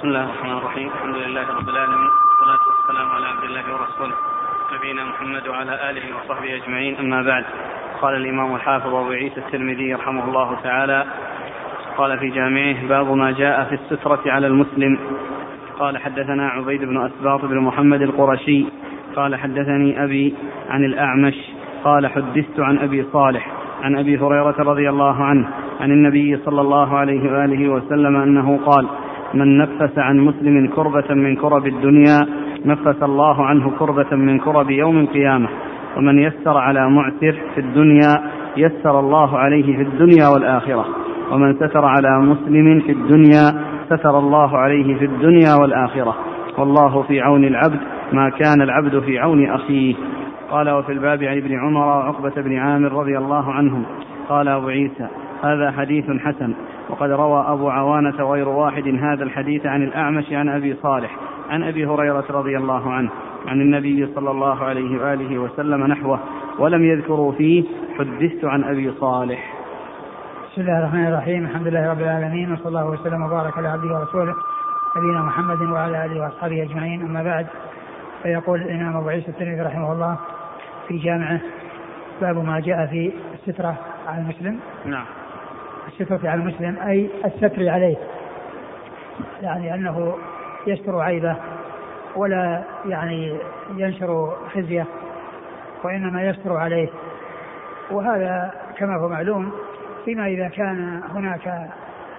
بسم الله الرحمن الرحيم. الحمد لله رب العالمين، والصلاة والسلام على عبد الله ورسوله نبينا محمد وعلى آله وصحبه أجمعين. أما بعد، قال الإمام الحافظ أبو عيسى الترمذي رحمه الله تعالى قال في جامعه: باب ما جاء في السترة على المسلم. قال: حدثنا عبيد بن أسباط بن محمد القرشي قال: حدثني أبي عن الأعمش قال: حدثت عن أبي صالح عن أبي هريرة رضي الله عنه عن النبي صلى الله عليه وآله وسلم أنه قال: من نفس عن مسلم كربة من كرب الدنيا نفس الله عنه كربة من كرب يوم القيامة، ومن يسر على معسر في الدنيا يسر الله عليه في الدنيا والآخرة، ومن ستر على مسلم في الدنيا ستر الله عليه في الدنيا والآخرة، والله في عون العبد ما كان العبد في عون أخيه. قال: وفي الباب عن ابن عمر وعقبة بن عامر رضي الله عنهم. قال أبو عيسى: هذا حديث حسن. وقد روى أبو عوانة غير واحد هذا الحديث عن الأعمش عن أبي صالح عن أبي هريرة رضي الله عنه عن النبي صلى الله عليه وآله وسلم نحوه، ولم يذكروا فيه حدثت عن أبي صالح. بسم الله الرحمن الرحيم. الحمد لله رب العالمين، وصلى الله وسلم وبارك على عبده ورسوله نبينا محمد وعلى آله وأصحابه أجمعين. أما بعد، فيقول الإمام أبو عيسى الترمذي رحمه الله في جامعه: باب ما جاء في السترة على المسلم. نعم. السترة على المسلم أي الستر عليه، يعني أنه يستر عيبه ولا يعني ينشر خزيه، وإنما يستر عليه. وهذا كما هو معلوم فيما إذا كان هناك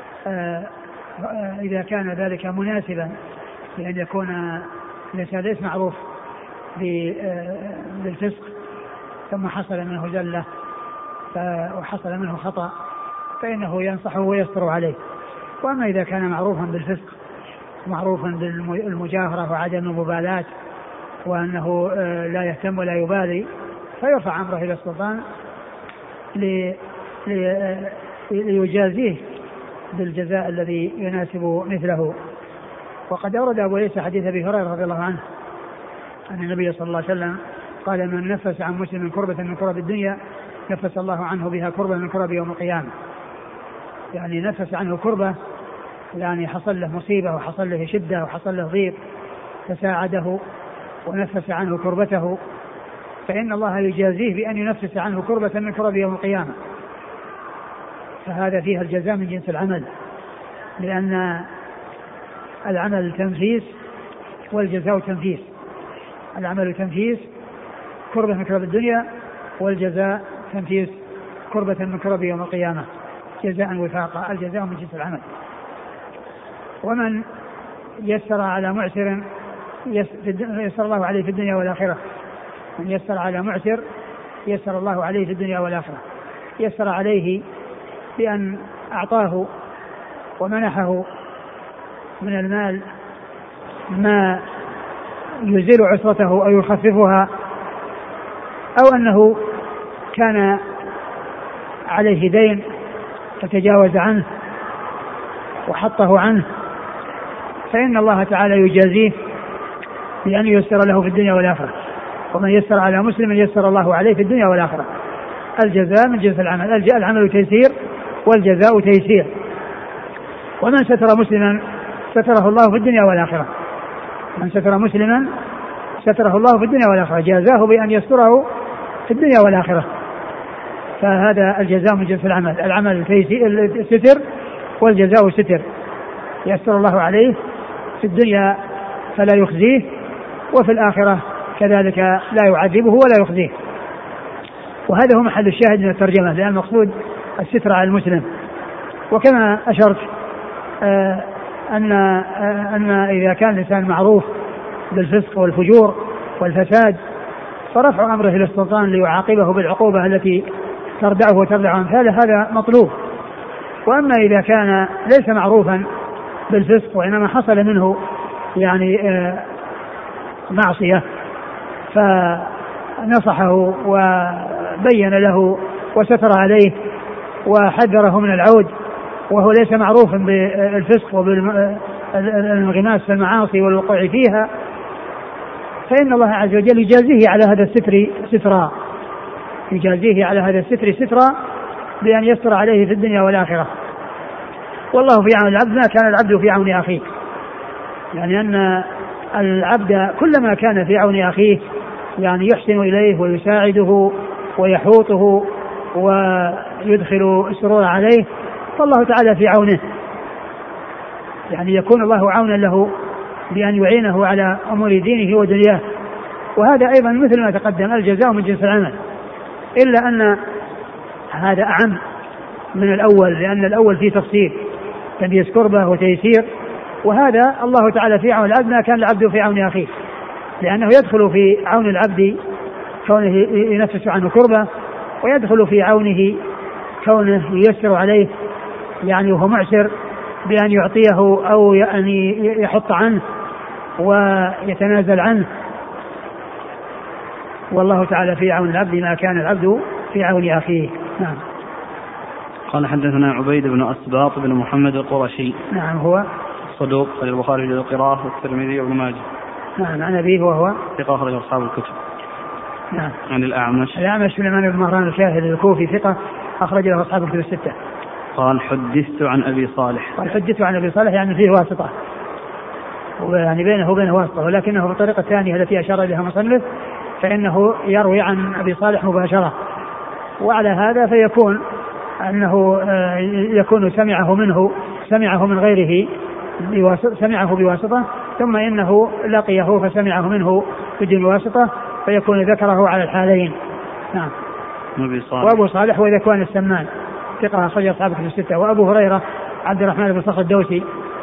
إذا كان ذلك مناسبا لأن يكون الإنسان ليس معروف بالفسق ثم حصل منه زلة وحصل منه خطأ فإنه ينصحه ويستر عليه. وأما إذا كان معروفا بالفسق معروفا بالمجاهرة وعدم المبالاة وأنه لا يهتم ولا يبالي فيرفع أمره إلى السلطان ليجازيه بالجزاء الذي يناسب مثله. وقد أورد أبو عيسى حديث أبي هريرة رضي الله عنه أن النبي صلى الله عليه وسلم قال: من نفس عن مسلم كربة من كرب الدنيا نفس الله عنه بها كربة من كرب يوم القيامة. يعني نفس عنه كربة، يعني حصل له مصيبة وحصل له شدة وحصل له ضيق فساعده ونفس عنه كربته، فإن الله يجازيه بأن ينفس عنه كربة من كرب يوم القيامة. فهذا فيها الجزاء من جنس العمل، لأن العمل تنفيس والجزاء تنفيس. العمل تنفيس كربة من كرب الدنيا، والجزاء تنفيس كربة من كرب يوم القيامة، جزاء وفاقا، الجزاء من جنس العمل. ومن يسر على معسر يسر الله عليه في الدنيا والآخرة. من يسر على معسر يسر الله عليه في الدنيا والآخرة. يسر عليه بأن أعطاه ومنحه من المال ما يزيل عسرته أو يخففها، أو أنه كان عليه دين فتجاوز عنه وحطه عنه، فإن الله تعالى يجازيه بأن ييسر له في الدنيا والآخرة. ومن يسر على مسلم يسر الله عليه في الدنيا والآخرة. الجزاء من جنس العمل، العمل تيسير والجزاء تيسير. ومن ستر مسلما ستره الله في الدنيا والآخرة. من ستر مسلما ستره الله في الدنيا والآخرة، جازاه بأن يستره في الدنيا والآخرة. فهذا الجزاء من جنس العمل. العمل ستر والجزاء ستر. يستر الله عليه في الدنيا فلا يخزيه، وفي الآخرة كذلك لا يعذبه ولا يخزيه. وهذا هو محل الشاهد من الترجمة، لأن المقصود الستر على المسلم. وكما أشرت أن إذا كان الإنسان معروف بالفسق والفجور والفساد فرفع أمره إلى السلطان ليعاقبه بالعقوبة التي تردعه وتردع أمثاله، هذا مطلوب. وأما إذا كان ليس معروفا بالفسق وإنما حصل منه يعني معصية فنصحه وبين له وستر عليه وحذره من العود، وهو ليس معروفا بالفسق وبالانغماس في المعاصي والوقوع فيها، فإن الله عز وجل يجازيه على هذا الستر سترا، يجازيه على هذا الستر سترا بأن يستر عليه في الدنيا والآخرة. والله في عون العبد ما كان العبد في عون أخيه. يعني أن العبد كلما كان في عون أخيه يعني يحسن إليه ويساعده ويحوطه ويدخل السرور عليه، فالله تعالى في عونه، يعني يكون الله عونا له بأن يعينه على أمور دينه ودنياه. وهذا أيضا مثل ما تقدم الجزاء من جنس العمل، إلا أن هذا أعم من الأول، لأن الأول فيه تفصيل تمييز قربة وتيسير، وهذا الله تعالى في عون العبد ما كان العبد في عون أخيه، لأنه يدخل في عون العبد كونه ينفس عنه كربة، ويدخل في عونه كونه ييسر عليه يعني وهو معسر بأن يعطيه أو أن يحط عنه ويتنازل عنه. والله تعالى في عون العبد ما كان العبد في عون أخيه. نعم. قال حدثنا عبيد بن أسباط بن محمد القرشي. نعم هو صدوق، خرج البخاري للقراءة والترمذي وابن ماجه. نعم. عن أبيه وهو ثقة، خرج أصحاب الكتب. نعم. عن الأعمش سليمان بن مهران الشاهد الكوفي ثقة، أخرج له أصحاب الكتب الستة. قال حدثت عن أبي صالح. قال حدثت عن أبي صالح يعني فيه واسطة، ويعني بينه وبينه واسطة، ولكنه بالطريقة الثانية التي أشار إليها مصنف فإنه يروي عن أبي صالح مباشرة، وعلى هذا فيكون أنه يكون سمعه من غيره سمعه بواسطة، ثم إنه لقيه فسمعه منه بدون واسطة، فيكون ذكره على الحالين. نعم. وأبو صالح وذكوان السمان ثقة، أخرج أصحاب الكتب الستة. وأبو هريرة عبد الرحمن بن صخر الدوسي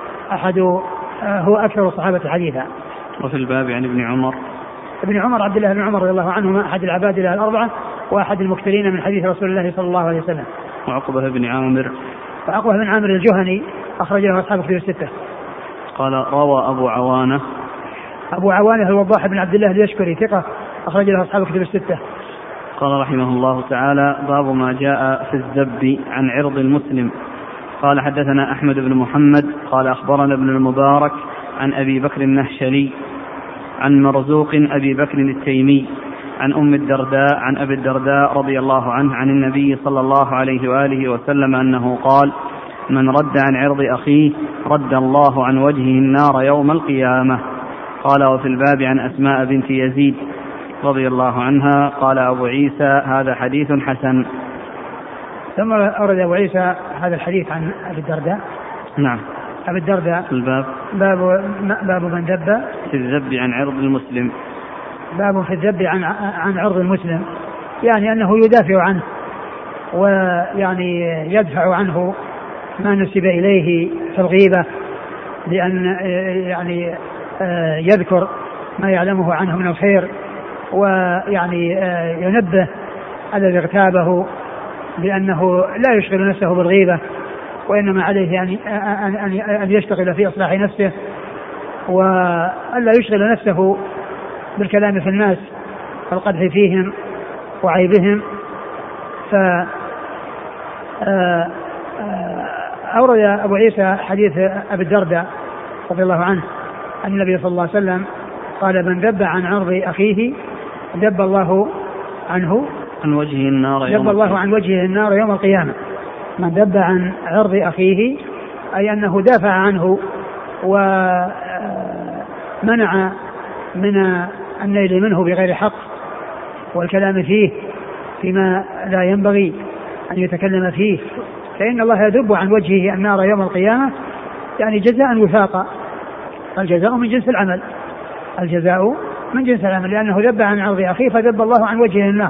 هو أكثر الصحابة حديثا. وفي الباب عن ابن عمر عبد الله بن عمر رضي الله عنهما أحد العباد الأربعة وأحد المكثرين من حديث رسول الله صلى الله عليه وسلم. وعقبة بن عامر الجهني أخرج له أصحاب الكتب الستة. قال روى أبو عوانة الوضاح بن عبد الله اليشكري ثقة، أخرج له أصحاب الكتب الستة. قال رحمه الله تعالى باب ما جاء في الذب عن عرض المسلم. قال حدثنا أحمد بن محمد قال أخبرنا ابن المبارك عن أبي بكر النهشلي عن مرزوق أبي بكر التيمي عن أم الدرداء عن أبي الدرداء رضي الله عنه عن النبي صلى الله عليه وآله وسلم أنه قال: من رد عن عرض أخيه رد الله عن وجهه النار يوم القيامة. قال وفي الباب عن أسماء بنت يزيد رضي الله عنها. قال أبو عيسى هذا حديث حسن. ثم أورد أبو عيسى هذا الحديث عن أبي الدرداء. نعم. أبي الدرداء الباب باب من ذب في الذب عن عرض المسلم. باب في الذب عن عرض المسلم، يعني أنه يدافع عنه ويعني يدفع عنه ما نسب إليه في الغيبة، لأن يعني يذكر ما يعلمه عنه من الخير، ويعني ينبه على الذي اغتابه بأنه لا يشغل نفسه بالغيبة، وإنما عليه أن يشتغل في إصلاح نفسه، وألا يشغل نفسه بالكلام في الناس والقدح فيهم وعيبهم. أورد أبو عيسى حديث أبي الدرداء رضي الله عنه أن النبي صلى الله عليه وسلم قال: من ذب عن عرض أخيه ذب الله عنه عن وجهه النار يوم القيامة. من ذب عن عرض أخيه أي أنه دافع عنه ومنع من النيل منه بغير حق والكلام فيه فيما لا ينبغي أن يتكلم فيه، فإن الله يذب عن وجهه النار يوم القيامة، يعني جزاء وفاقا. الجزاء من جنس العمل، لأنه ذب عن عرض أخيه فذب الله عن وجهه النار،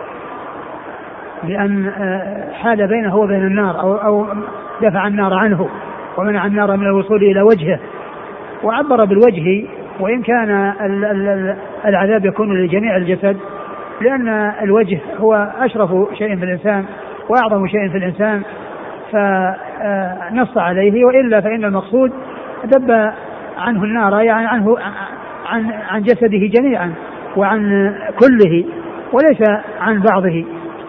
لأن حال بينه وبين النار أو دفع النار عنه ومنع النار من الوصول إلى وجهه. وعبر بالوجه، وإن كان العذاب يكون لجميع الجسد، لأن الوجه هو أشرف شيء في الإنسان وأعظم شيء في الإنسان، فنص عليه، وإلا فإن المقصود ذب عنه النار، يعني عنه عن جسده جميعا وعن كله وليس عن بعضه.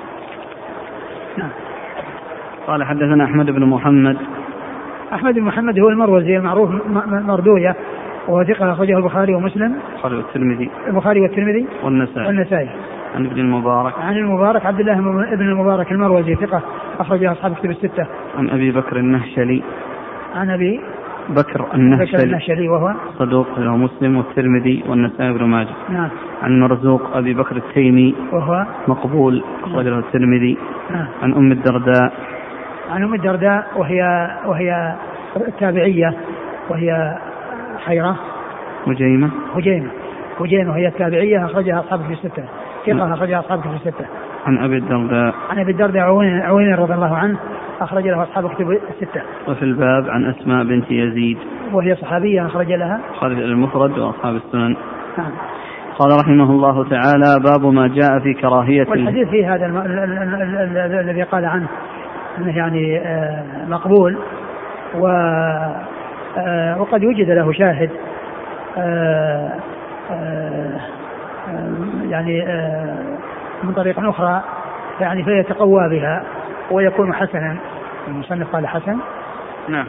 قال حدثنا أحمد بن محمد هو المروزي المعروف مردوية، وهو ثقة، أخرجه البخاري ومسلم والترمذي والنسائي. عن المبارك عبد الله بن المبارك المروزي ثقة، أخرجه أصحاب الكتب الستة. عن أبي بكر النهشلي بكر النهشلي وهو صدوق له مسلم والترمذي والنسائي بن ماجه. نعم. عن مرزوق أبي بكر التيمي وهو مقبول أخرجه الترمذي. نعم. عن أم الدرداء وهي التابعية وهي حيرة هجيمة وهي التابعية أخرجها أصحابه في الستة. ثقة أخرجها أصحابه في الستة. عن أبي الدرداء عوين رضي الله عنه أخرج له أصحاب كتب الستة. وفي الباب عن أسماء بنت يزيد وهي صحابية أخرج لها المفرد وأصحاب السنن. قال رحمه الله تعالى: باب ما جاء في كراهية. والحديث في هذا الذي قال عنه أنه يعني مقبول وقد وجد له شاهد يعني من طريق أخرى يعني فيتقوى بها ويكون حسنا. المصنف قال حسن. نعم.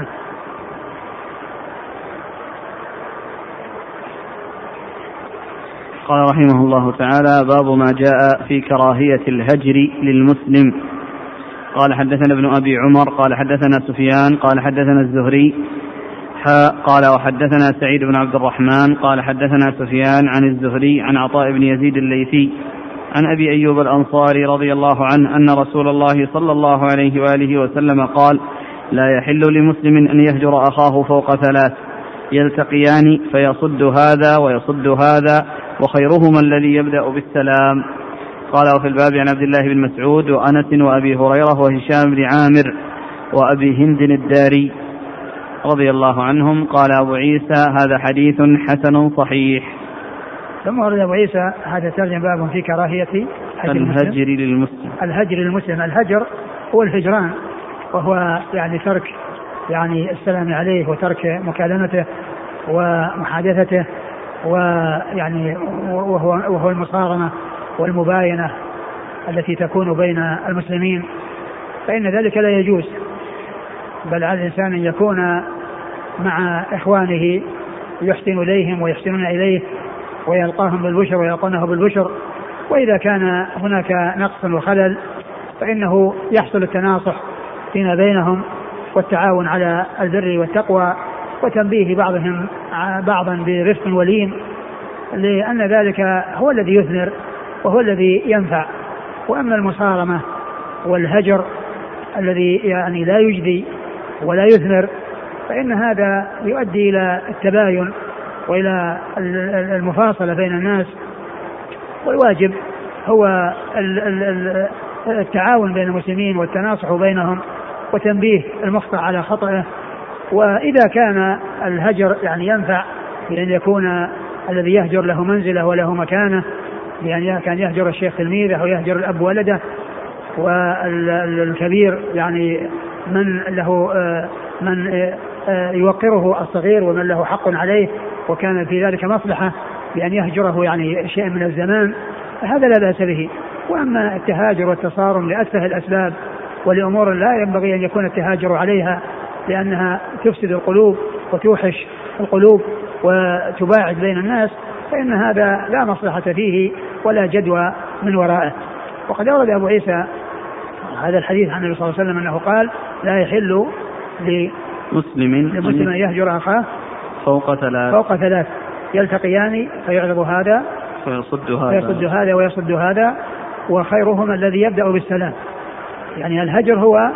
قال رحمه الله تعالى: باب ما جاء في كراهية الهجر للمسلم. قال حدثنا ابن أبي عمر قال حدثنا سفيان قال حدثنا الزهري قال وحدثنا سعيد بن عبد الرحمن قال حدثنا سفيان عن الزهري عن عطاء بن يزيد الليثي عن أبي أيوب الأنصاري رضي الله عنه أن رسول الله صلى الله عليه وآله وسلم قال: لا يحل لمسلم أن يهجر أخاه فوق 3 يلتقيان فيصد هذا ويصد هذا وخيرهما الذي يبدأ بالسلام. قال: وفي الباب عن عبد الله بن مسعود وأنس وأبي هريرة وهشام بن عامر وأبي هند الداري رضي الله عنهم. قال أبو عيسى: هذا حديث حسن صحيح. ثم ورد أبو عيسى هذا ترجم باب في كراهية الهجر للمسلم. الهجر هو الهجران، وهو يعني ترك يعني السلام عليه وترك مكالمته ومحادثته، ويعني وهو المصارمة والمباينة التي تكون بين المسلمين، فإن ذلك لا يجوز، بل على الإنسان أن يكون مع إخوانه يحسن إليهم ويحسنون إليه ويلقاهم بالبشر ويلقونه بالبشر، وإذا كان هناك نقص وخلل فإنه يحصل التناصح فيما بينهم والتعاون على البر والتقوى وتنبيه بعضهم بعضا برفق ولين، لأن ذلك هو الذي يثمر وهو الذي ينفع. وأما المصارمة والهجر الذي يعني لا يجدي ولا يثمر فإن هذا يؤدي إلى التباين وإلى المفاصلة بين الناس، والواجب هو التعاون بين المسلمين والتناصح بينهم وتنبيه المخطئ على خطئه. وإذا كان الهجر يعني ينفع بأن يكون الذي يهجر له منزله وله مكانه، يعني كان يهجر الشيخ تلميذه أو يهجر الأب ولده، والكبير يعني من له من يوقره الصغير ومن له حق عليه، وكان في ذلك مصلحة بأن يهجره يعني شيء من الزمان، هذا لا بأس به. وأما التهاجر والتصارم لأتفه الأسباب ولأمور لا ينبغي أن يكون التهاجر عليها لأنها تفسد القلوب وتوحش القلوب وتباعد بين الناس، فإن هذا لا مصلحة فيه ولا جدوى من ورائه. وقد أورد أبو عيسى هذا الحديث عن النبي صلى الله عليه وسلم أنه قال: لا يحل لمسلم أن يهجر أخاه فوق 3 يلتقيان فيعرض هذا فيصد هذا ويصد هذا وخيرهما الذي يبدأ بالسلام. يعني الهجر هو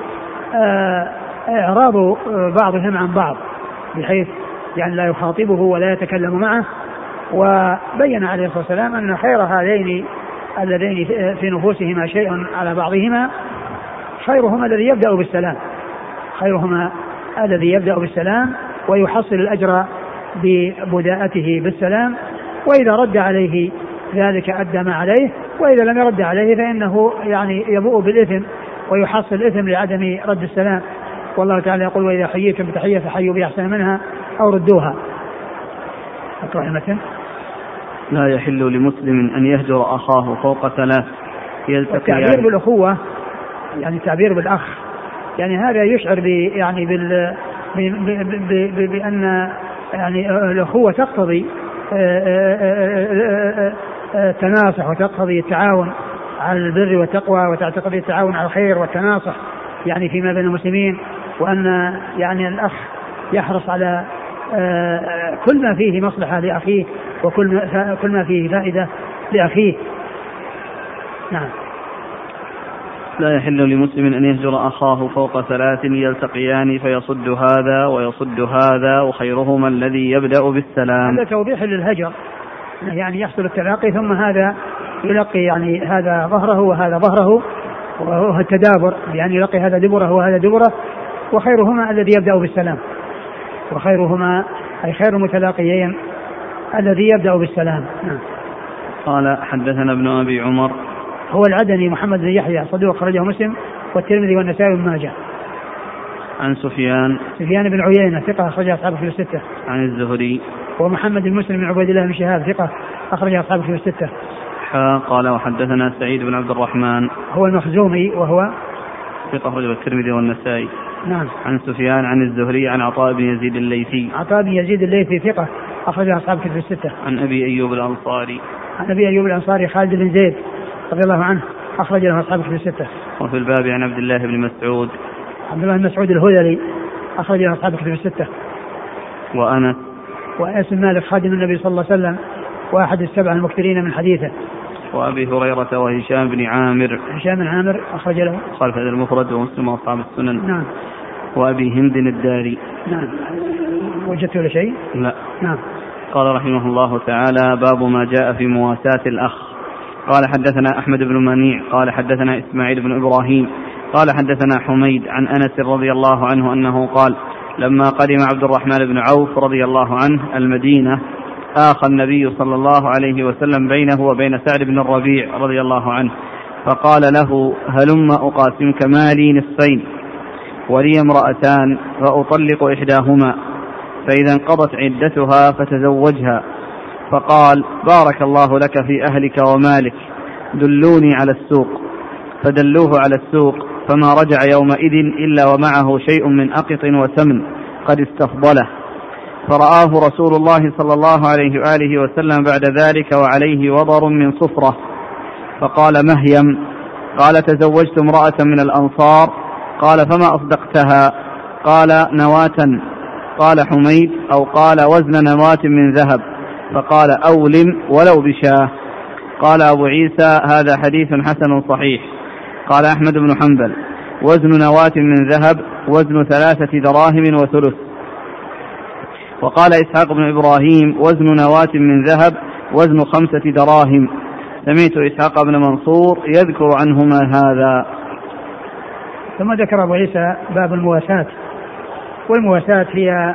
إعراض بعضهم عن بعض بحيث يعني لا يخاطبه ولا يتكلم معه. وبين عليه الصلاة والسلام أن خير هذين اللذين في نفوسهما شيء على بعضهما خيرهما الذي يبدأ بالسلام ويحصل الأجر ببداءته بالسلام، وإذا رد عليه ذلك أدى ما عليه، وإذا لم يرد عليه فإنه يعني يبوء بالإثم ويحصل الإثم لعدم رد السلام. والله تعالى يقول: وإذا حييتم بتحية فحيوا بأحسن منها أو ردوها. لا يحل لمسلم أن يهجر أخاه فوق 3 يلتقيان. التعبير بالأخوة يعني التعبير بالأخ، يعني هذا يشعر يعني بأن يعني الأخوة تقتضي التناصح وتقتضي التعاون على البر والتقوى وتقتضي التعاون على الخير والتناصح يعني فيما بين المسلمين، وأن يعني الأخ يحرص على كل ما فيه مصلحة لأخيه وكل ما فيه فائدة لأخيه. نعم. لا يحل لمسلم أن يهجر أخاه فوق 3 يلتقيان فيصد هذا ويصد هذا وخيرهما الذي يبدأ بالسلام. هذا توضيح للهجر، يعني يحصل التلاقي ثم هذا يلقي يعني هذا ظهره وهذا ظهره وهو التدابر، يعني يلقي هذا دبره وهذا دبره، وخيرهما الذي يبدأ بالسلام، وخيرهما أي خير المتلاقيين الذي يبدأ بالسلام. قال حدثنا ابن أبي عمر هو العدني محمد بن يحيى صدوق خرجه مسلم والترمذي والنسائي وابن ماجه. عن سفيان بن عيينة ثقة أخرج أصحابه في الستة. عن الزهري ومحمد بن مسلم بن عبيد الله بن شهاب ثقة أخرج أصحابه في الستة. قال وحدثنا سعيد بن عبد الرحمن هو المخزومي وهو ثقة أخرجه الترمذي والنسائي. نعم. عن سفيان عن الزهري عن عطاء بن يزيد الليثي. عطاء بن يزيد الليثي ثقة أخرج أصحابه في الستة. عن أبي أيوب الأنصاري. عن أبي أيوب الأنصاري خالد بن زيد رضي الله عنه أخرج له أصحابه في الستة. وفي الباب عن عبد الله بن مسعود. عبد الله بن مسعود الهذلي أخرج له أصحابه في الستة. وأنس بن مالك خادم النبي صلى الله عليه وسلم وأحد السبع المكثرين من حديثه. وأبي هريرة وهشام بن عامر. هشام بن عامر أخرج له خالف هذا المفرد ومسلم وأصحاب السنن. نعم. وأبي هند الداري. نعم. وجدت له شيء؟ لا. نعم. قال رحمه الله تعالى باب ما جاء في مواساة الأخ. قال حدثنا أحمد بن منيع قال حدثنا إسماعيل بن إبراهيم قال حدثنا حميد عن أنس رضي الله عنه أنه قال لما قدم عبد الرحمن بن عوف رضي الله عنه المدينة آخى النبي صلى الله عليه وسلم بينه وبين سعد بن الربيع رضي الله عنه فقال له هلم أقاسمك مالي نصفين ولي امرأتان فأطلق إحداهما فإذا انقضت عدتها فتزوجها. فقال بارك الله لك في أهلك ومالك دلوني على السوق. فدلوه على السوق فما رجع يومئذ إلا ومعه شيء من أقط وسمن قد استفضله. فرآه رسول الله صلى الله عليه وآله وسلم بعد ذلك وعليه وضر من صفرة فقال مهيم قال تزوجت امرأة من الأنصار. قال فما أصدقتها؟ قال نواة. قال حميد أو قال وزن نواة من ذهب. فقال أولم ولو بشاه. قال أبو عيسى هذا حديث حسن صحيح. قال أحمد بن حنبل وزن نواة من ذهب وزن 3 دراهم وثلث. وقال إسحاق بن إبراهيم وزن نواة من ذهب وزن 5 دراهم. سمعت إسحاق بن منصور يذكر عنهما هذا. ثم ذكر أبو عيسى باب المواساة. والمواساة هي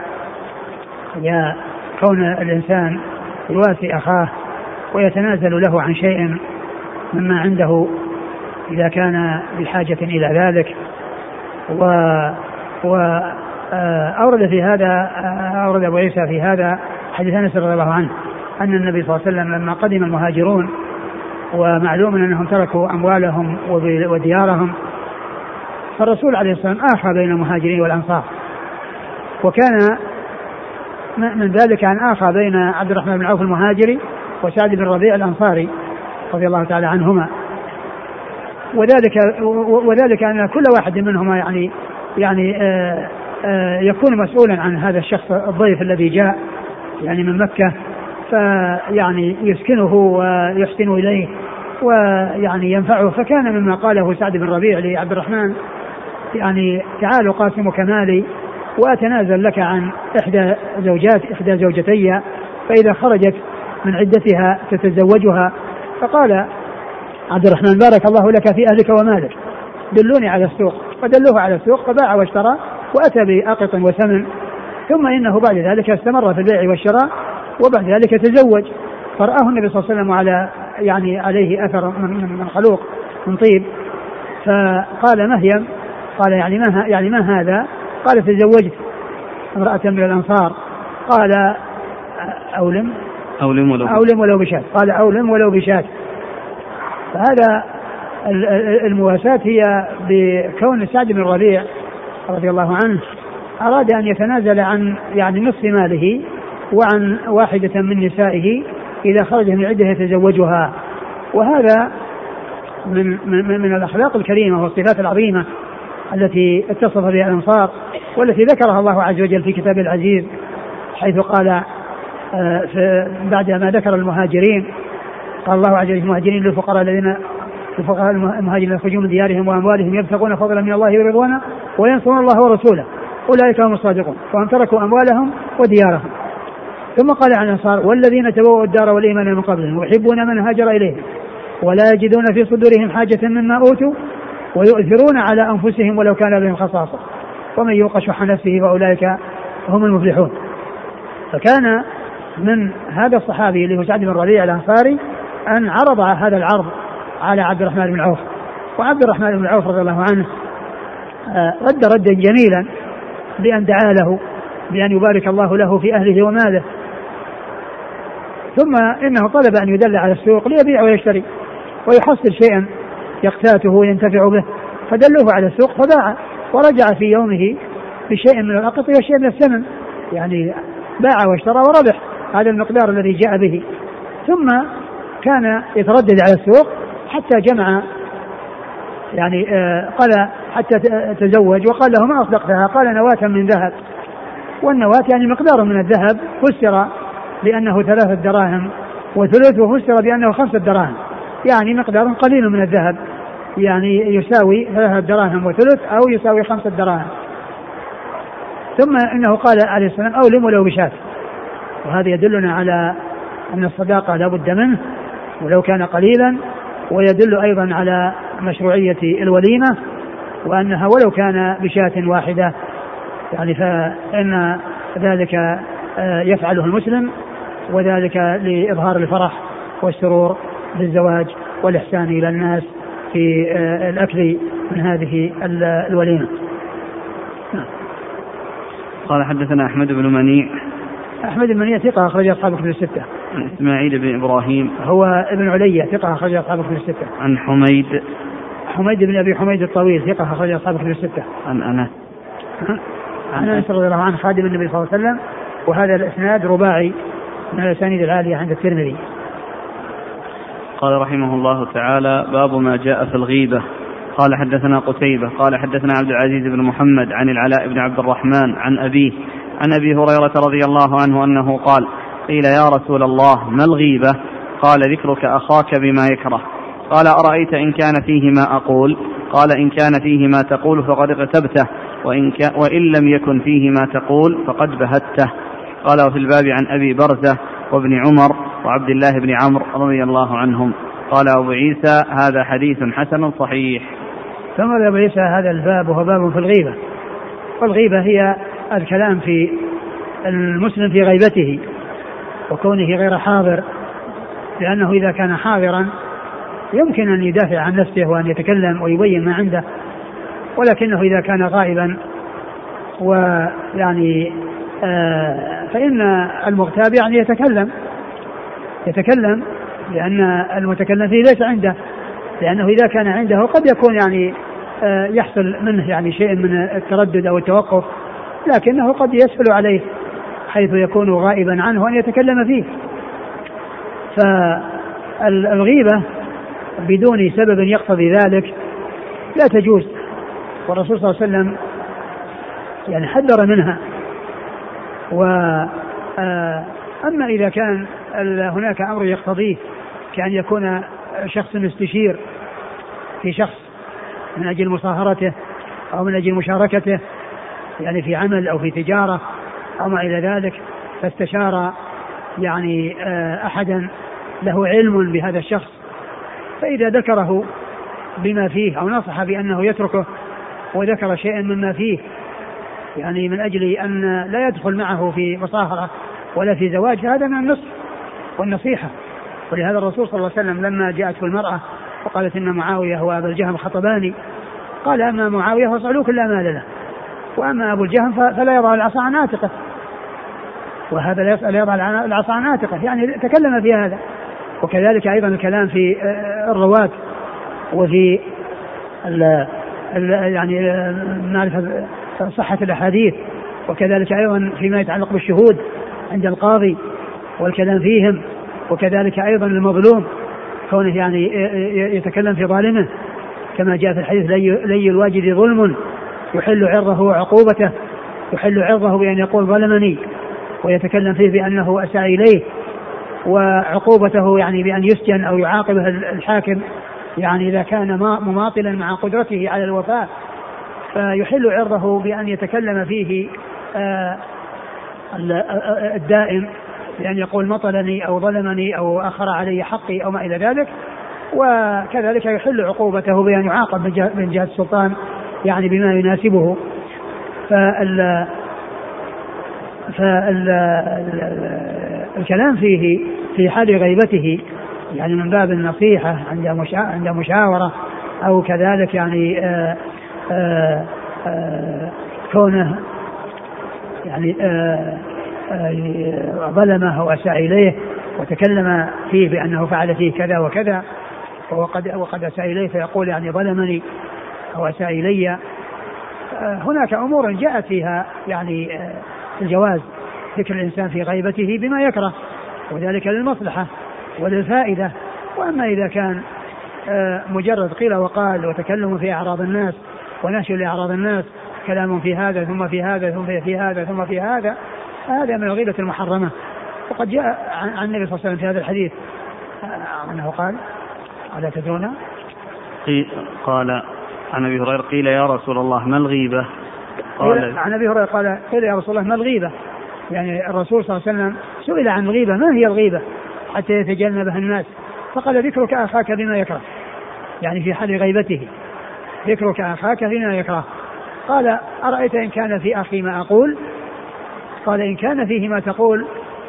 كون الإنسان يواسي أخاه ويتنازل له عن شيء مما عنده إذا كان بحاجة إلى ذلك. وأورد في هذا أورد أبو عيسى في هذا حديث أنس رضي الله عنه أن النبي صلى الله عليه وسلم لما قدم المهاجرون ومعلوم أنهم تركوا أموالهم وديارهم فالرسول عليه الصلاة والسلام آخى بين المهاجرين والأنصار. وكان من ذلك أن آخى بين عبد الرحمن بن عوف المهاجري وسعد بن ربيع الأنصاري رضي الله تعالى عنهما. وذلك أن كل واحد منهما يعني يكون مسؤولا عن هذا الشخص الضيف الذي جاء يعني من مكة فيعني يسكنه ويحسن إليه ويعني ينفعه. فكان مما قاله سعد بن ربيع لعبد الرحمن يعني تعال قاسمك مالي وأتنازل لك عن إحدى زوجتي فإذا خرجت من عدتها تتزوجها. فقال عبد الرحمن بارك الله لك في أهلك ومالك دلوني على السوق. فدلوه على السوق فباع واشترى وأتى بأقط وثمن. ثم إنه بعد ذلك استمر في البيع والشراء وبعد ذلك تزوج. فرآه النبي صلى الله عليه وسلم على يعني عليه أثر من خلوق من طيب فقال مهيم قال يعني ما هذا؟ قال تزوجت امرأة من الأنصار. قال أولم ولو بشات. قال أولم ولو بشات. فهذا المواساة هي بكون سعد بن الربيع رضي الله عنه أراد أن يتنازل عن يعني نصف ماله وعن واحدة من نسائه إذا خرج من عدة يتزوجها. وهذا من الأخلاق الكريمة والصفات العظيمة التي اتصف بها الأنصار والتي ذكرها الله عز وجل في كتابه العزيز، حيث قال بعد ما ذكر المهاجرين قال الله عز وجل المهاجرين للفقراء الذين المهاجرين يخرجون من ديارهم وأموالهم يبتغون فضلا من الله ورضوانا وينصرون الله ورسوله أولئك هم الصادقون وهم تركوا أموالهم وديارهم. ثم قال عن الأنصار والذين تبوأوا الدار والإيمان من قبلهم يحبون من هاجر إليهم ولا يجدون في صدورهم حاجة مما أوتوا ويؤثرون على أنفسهم ولو كان بهم خصاصة ومن يوق شح نفسه فأولئك هم المفلحون. فكان من هذا الصحابي اللي هو سعد بن ربيعة الأنصاري أن عرض هذا العرض على عبد الرحمن بن عوف، وعبد الرحمن بن عوف رضي الله عنه رد ردا جميلا بأن دعا له بأن يبارك الله له في أهله وماله، ثم إنه طلب أن يدل على السوق ليبيع ويشتري ويحصل شيئا يقتاته وينتفع به، فدلوه على السوق فباع ورجع في يومه بشيء من الأقط وشيء من الثمن، يعني باع واشترى وربح هذا المقدار الذي جاء به. ثم كان يتردد على السوق حتى جمع، يعني قال حتى تزوج وقال له ما أصدقتها؟ قال نواة من ذهب، والنواة يعني مقدار من الذهب فسر لأنه 3 دراهم وثلث وفسر بأنه 5 دراهم، يعني مقدار قليل من الذهب يعني يساوي 3 دراهم وثلث أو يساوي 5 دراهم. ثم إنه قال عليه السلام أولم ولو بشاة، وهذا يدلنا على أن الصداقة لا بد منه ولو كان قليلا، ويدل أيضا على مشروعية الوليمة وأنها ولو كان بشاة واحدة، يعني فإن ذلك يفعله المسلم، وذلك لإظهار الفرح والسرور بالزواج والإحسان إلى الناس في الأكل من هذه الوليمة. قال حدثنا أحمد بن منيع. أحمد بن منيع ثقة أخرج أصحاب كتب الستة. عن إسماعيل بن إبراهيم هو ابن علية ثقة أخرج أصحاب كتب الستة. عن حميد بن أبي حميد الطويل ثقة أخرج أصحاب كتب الستة. عن أنس رضي الله عنه خادم النبي صلى الله عليه وسلم، وهذا الإسناد رباعي من الأسانيد العالية عند الترمذي. قال رحمه الله تعالى باب ما جاء في الغيبة. قال حدثنا قتيبة قال حدثنا عبد العزيز بن محمد عن العلاء بن عبد الرحمن عن أبيه عن أبي هريرة رضي الله عنه أنه قال قيل يا رسول الله ما الغيبة؟ قال ذكرك أخاك بما يكره. قال أرأيت إن كان فيه ما أقول؟ قال إن كان فيه ما تقول فقد اغتبته، وإن لم يكن فيه ما تقول فقد بهته. قال وفي الباب عن أبي برزة وابن عمر وعبد الله بن عمرو رضي الله عنهم. قال أبو عيسى هذا حديث حسن صحيح. ثم أبو عيسى هذا الباب وهو باب في الغيبة، والغيبة هي الكلام في المسلم في غيبته وكونه غير حاضر، لأنه إذا كان حاضرا يمكن أن يدافع عن نفسه وأن يتكلم ويبين ما عنده، ولكنه إذا كان غائبا ويعني فإن المغتاب يعني يتكلم لأن المتكلم فيه ليس عنده، لأنه إذا كان عنده قد يكون يعني يحصل منه يعني شيء من التردد أو التوقف، لكنه قد يسهل عليه حيث يكون غائبا عنه أن يتكلم فيه. فالغيبة بدون سبب يقتضي ذلك لا تجوز، والرسول صلى الله عليه وسلم يعني حذر منها. أما إذا كان هناك أمر يقتضيه كأن يكون شخص مستشير في شخص من أجل مصاهرته أو من أجل مشاركته يعني في عمل أو في تجارة أو ما إلى ذلك، فاستشار يعني أحدا له علم بهذا الشخص، فإذا ذكره بما فيه أو نصح بأنه يتركه وذكر شيئا مما فيه يعني من أجل أن لا يدخل معه في مصاهرة ولا في زواج، فهذا من النصح والنصيحة. ولهذا الرسول صلى الله عليه وسلم لما جاءته المرأة وقالت إن معاوية هو أبا الجهم خطباني، قال أما معاوية فصعلوك لا مال له، وأما أبو الجهم فلا يضع العصا عن عاتقه، وهذا لا يسأل يضع العصا عن عاتقه، يعني تكلم في هذا. وكذلك أيضا الكلام في الرواة وفي يعني معرفة صحة الأحاديث، وكذلك أيضا فيما يتعلق بالشهود عند القاضي والكلام فيهم، وكذلك أيضا المظلوم كونه يعني يتكلم في ظالمه كما جاء في الحديث لي الواجد ظلم يحل عرضه وعقوبته، يحل عرضه بأن يقول ظلمني ويتكلم فيه بأنه أساء إليه، وعقوبته يعني بأن يسجن أو يعاقبه الحاكم يعني إذا كان مماطلا مع قدرته على الوفاء، فيحل عرضه بأن يتكلم فيه الدائم بأن يقول مطلني أو ظلمني أو أخر علي حقي أو ما إلى ذلك. وكذلك يحل عقوبته بأن يعاقب من جهة السلطان يعني بما يناسبه. فالكلام فيه في حال غيبته يعني من باب النصيحة عند مشاورة، أو كذلك يعني كونه يعني ظلمه أو أساء إليه وتكلم فيه بأنه فعل فيه كذا وكذا وقد أساء إليه فيقول يعني ظلمني أو أساء إلي. هناك أمور جاءت فيها يعني الجواز ذكر الإنسان في غيبته بما يكره، وذلك للمصلحة وللفائدة. وأما إذا كان مجرد قيل وقال وتكلم في أعراض الناس ونشر لأعراض الناس، كلام في هذا ثم في هذا ثم في هذا ثم في هذا، هذا من الغيبة المحرمة. وقد جاء عن النبي صلى الله عليه وسلم في هذا الحديث أنه قال: ألا تدرون؟ قال عن أبي هريرة: قيل يا رسول الله ما الغيبة؟ قال عن أبي هريرة قال: قيل يا رسول الله ما الغيبة؟ يعني الرسول صلى الله عليه وسلم سئل عن الغيبة ما هي الغيبة حتى يتجنبها الناس، فقال: ذكرك أخاك بما يكره، يعني في حال غيبته ذكرك أخاك بما يكره. قال: أرأيت إن كان في أخي ما أقول؟ قال: إن كان فيه ما تقول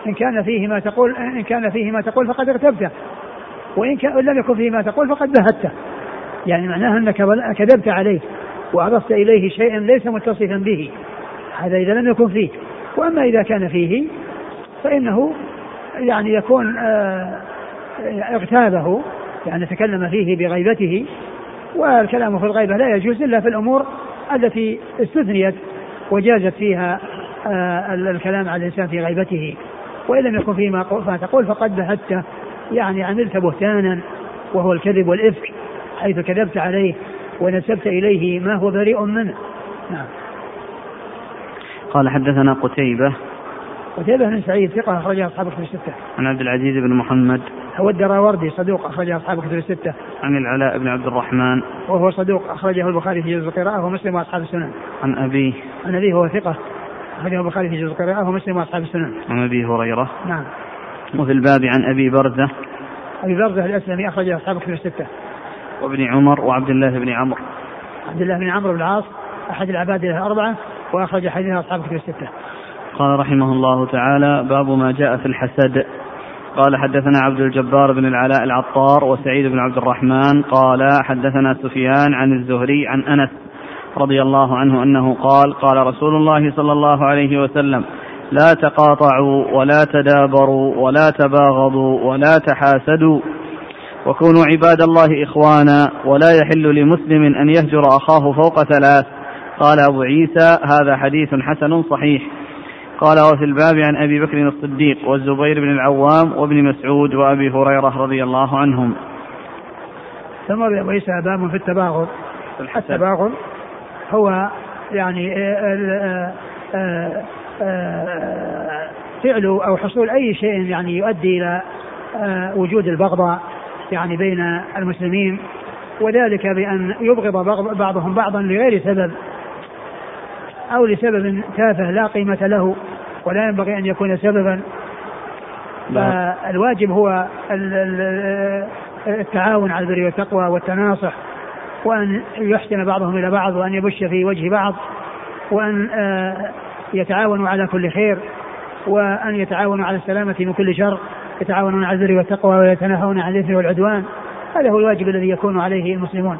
فقد ارتبته، وإن لم يكن فيه ما تقول فقد بهته. يعني معناها أنك كذبت عليه وأضفت إليه شيئا ليس متصفا به، هذا إذا لم يكن فيه. وأما إذا كان فيه فإنه يعني يكون اغتابه، يعني تكلم فيه بغيبته. والكلام في الغيبة لا يجوز إلا في الأمور التي استثنيت وجازت فيها الكلام على الإنسان في غيبته. وإن لم يكن فيه ما تقول فقد بهته، يعني عملت بهتانا وهو الكذب والإفك، حيث كذبت عليه ونسبت إليه ما هو بريء منه. نعم. قال: حدثنا قتيبة بن سعيد ثقة أخرجه أصحاب الكتب الستة. عن عبد العزيز بن محمد هو الدراوردي صدوق أخرجه أصحاب الكتب الستة. عن العلاء بن عبد الرحمن وهو صدوق أخرجه البخاري في جزء القراءة ومسلم وأصحاب السنن. عن أبيه هو ثقة أخرجه البخاري في جزء القراءة ومسلم وأصحاب السنن. عن أبي هريرة. نعم. وفي الباب عن أبي برزة الأسلمي أخرجه أصحاب الكتب الستة. وابن عمر وعبد الله بن عمرو. عبد الله بن عمرو بن العاص أحد العباد الأربعة وأخرج حديثه أصحاب الكتب الستة. قال رحمه الله تعالى: باب ما جاء في الحسد. قال: حدثنا عبد الجبار بن العلاء العطار وسعيد بن عبد الرحمن قال: حدثنا سفيان عن الزهري عن أنس رضي الله عنه أنه قال: قال رسول الله صلى الله عليه وسلم: لا تقاطعوا ولا تدابروا ولا تباغضوا ولا تحاسدوا، وكونوا عباد الله إخوانا، ولا يحل لمسلم أن يهجر أخاه فوق 3. قال أبو عيسى: هذا حديث حسن صحيح. قال: وفي الباب عن أبي بكر الصديق والزبير بن العوام وابن مسعود وأبي هريرة رضي الله عنهم. ثم أبو عيسى باب في التباغض. التباغض هو يعني فعل أو حصول أي شيء يعني يؤدي إلى وجود البغضاء يعني بين المسلمين، وذلك بأن يبغض بعضهم بعضا لغير سبب أو لسبب تافه لا قيمة له ولا ينبغي أن يكون سببا. فالواجب هو التعاون على البر والتقوى والتناصح، وأن يحسن بعضهم إلى بعض، وأن يبش في وجه بعض، وأن يتعاونوا على كل خير، وأن يتعاونوا على السلامة من كل شر، يتعاونون على البر والتقوى ويتناهون عن الإثم والعدوان. هذا هو الواجب الذي يكون عليه المسلمون.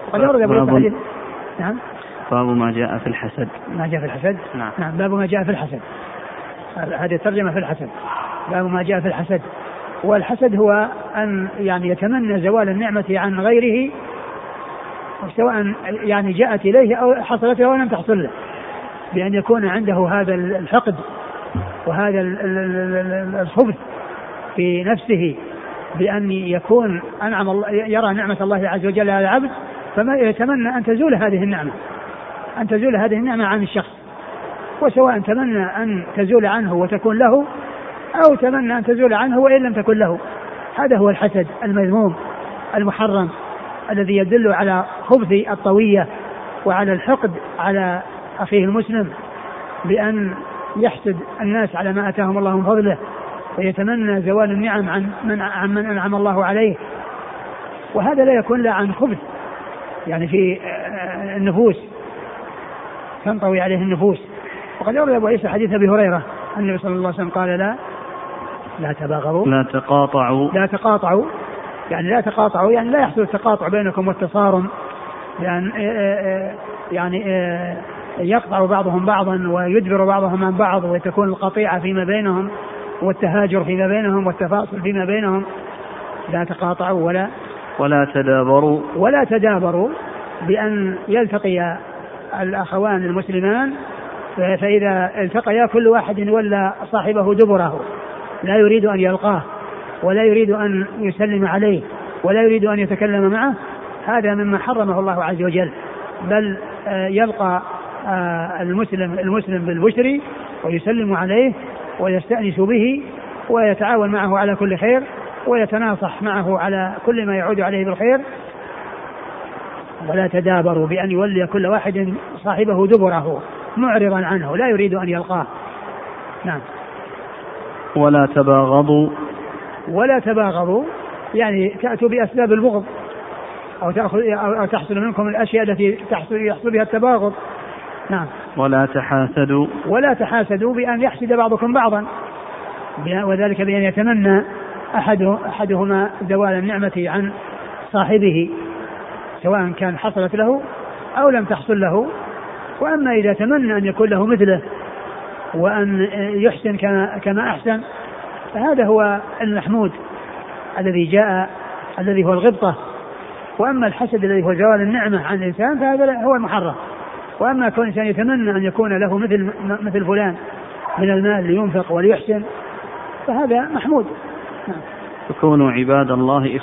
نعم. باب ما جاء في الحسد. نعم. باب ما جاء في الحسد. هذه الترجمة في الحسد. باب ما جاء في الحسد. والحسد هو أن يعني يتمنى زوال النعمة عن غيره، سواء يعني جاءت إليه أو حصلت له ولم تحصل له، بأن يكون عنده هذا الحقد وهذا الخبث في نفسه، بأن يكون أنعم الله، يرى نعمة الله عز وجل على العبد فما يتمنى أن تزول هذه النعمة، أن تزول هذه النعمة عن الشخص، وسواء تمنى أن تزول عنه وتكون له أو تمنى أن تزول عنه وإن لم تكن له. هذا هو الحسد المذموم المحرم الذي يدل على خبث الطوية وعلى الحقد على أخيه المسلم بأن يحسد الناس على ما أتاهم الله من فضله ويتمنى زوال النعم عن من أنعم الله عليه. وهذا لا يكون لا عن خبث يعني في النفوس تنطوي عليه النفوس. وقد يروي أبو عيسى حديث أبي هريرة أن النبي صلى الله عليه وسلم قال لا تباغضوا لا تقاطعوا يعني لا يحصل التقاطع بينكم والتصارم، يعني يقطع بعضهم بعضا ويدبر بعضهم عن بعض وتكون القطيعة فيما بينهم والتهاجر فيما بينهم والتفاصل فيما بينهم. لا تقاطعوا ولا تدابروا بأن يلتقي الأخوان المسلمان فإذا التقيا كل واحد ولى صاحبه دبره، لا يريد أن يلقاه ولا يريد أن يسلم عليه ولا يريد أن يتكلم معه. هذا مما حرمه الله عز وجل، بل يلقى المسلم بالبشر ويسلم عليه ويستأنس به ويتعاون معه على كل خير ويتناصح معه على كل ما يعود عليه بالخير. ولا تدابروا بأن يولي كل واحد صاحبه دبره معرضا عنه لا يريد أن يلقاه. نعم. ولا تباغضوا يعني تأتوا بأسباب البغض أو تحصل منكم الأشياء التي يحصل بها التباغض. نعم. ولا تحاسدوا بأن يحسد بعضكم بعضا، وذلك بأن يتمنى أحدهما زوال النعمة عن صاحبه سواء كان حصلت له أو لم تحصل له. وأما إذا تمنى أن يكون له مثله وأن يحسن كما أحسن فهذا هو المحمود الذي جاء الذي هو الغبطة. وأما الحسد الذي هو زوال النعمة عن الإنسان فهذا هو المحرم. وأما كون الإنسان يتمنى أن يكون له مثل فلان من المال لينفق وليحسن فهذا محمود. وكونوا عباد الله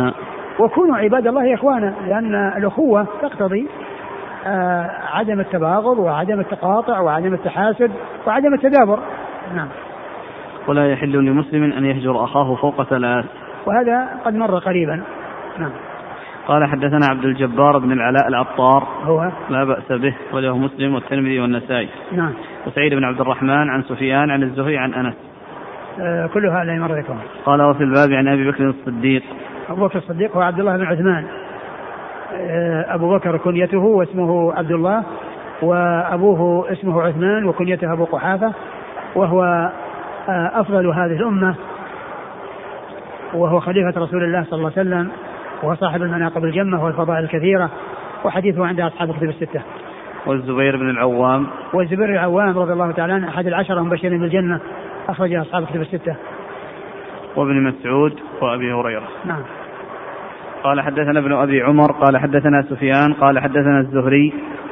إخوانا لأن الأخوة تقتضي عدم التباغض وعدم التقاطع وعدم التحاسد وعدم التدابر. نعم. ولا يحل لمسلم أن يهجر أخاه فوق 3. وهذا قد مر قريبا. نعم. قال حدثنا عبد الجبار بن العلاء العطار هو لا بأس به وله مسلم والترمذي والنسائي. نعم. وسعيد بن عبد الرحمن عن سفيان عن الزهري عن أنس. كلها لا يمر بكم. قال وفي الباب عن أبي بكر الصديق. أبو بكر الصديق هو عبد الله بن عثمان. أبو بكر كنيته واسمه عبد الله وأبوه اسمه عثمان وكنيته أبو قحافة، وهو أفضل هذه الأمة وهو خليفة رسول الله صلى الله عليه وسلم وهو صاحب المناقب الجمة والفضائل الكثيرة وحديثه عند أصحاب الكتب الستة. والزبير بن العوام رضي الله تعالى عنه أحد 10 المبشرين بالجنة أخرج أصحاب الكتب الستة. وابن مسعود وأبي هريرة. نعم. قال حدثنا ابن أبي عمر قال حدثنا سفيان قال حدثنا الزهري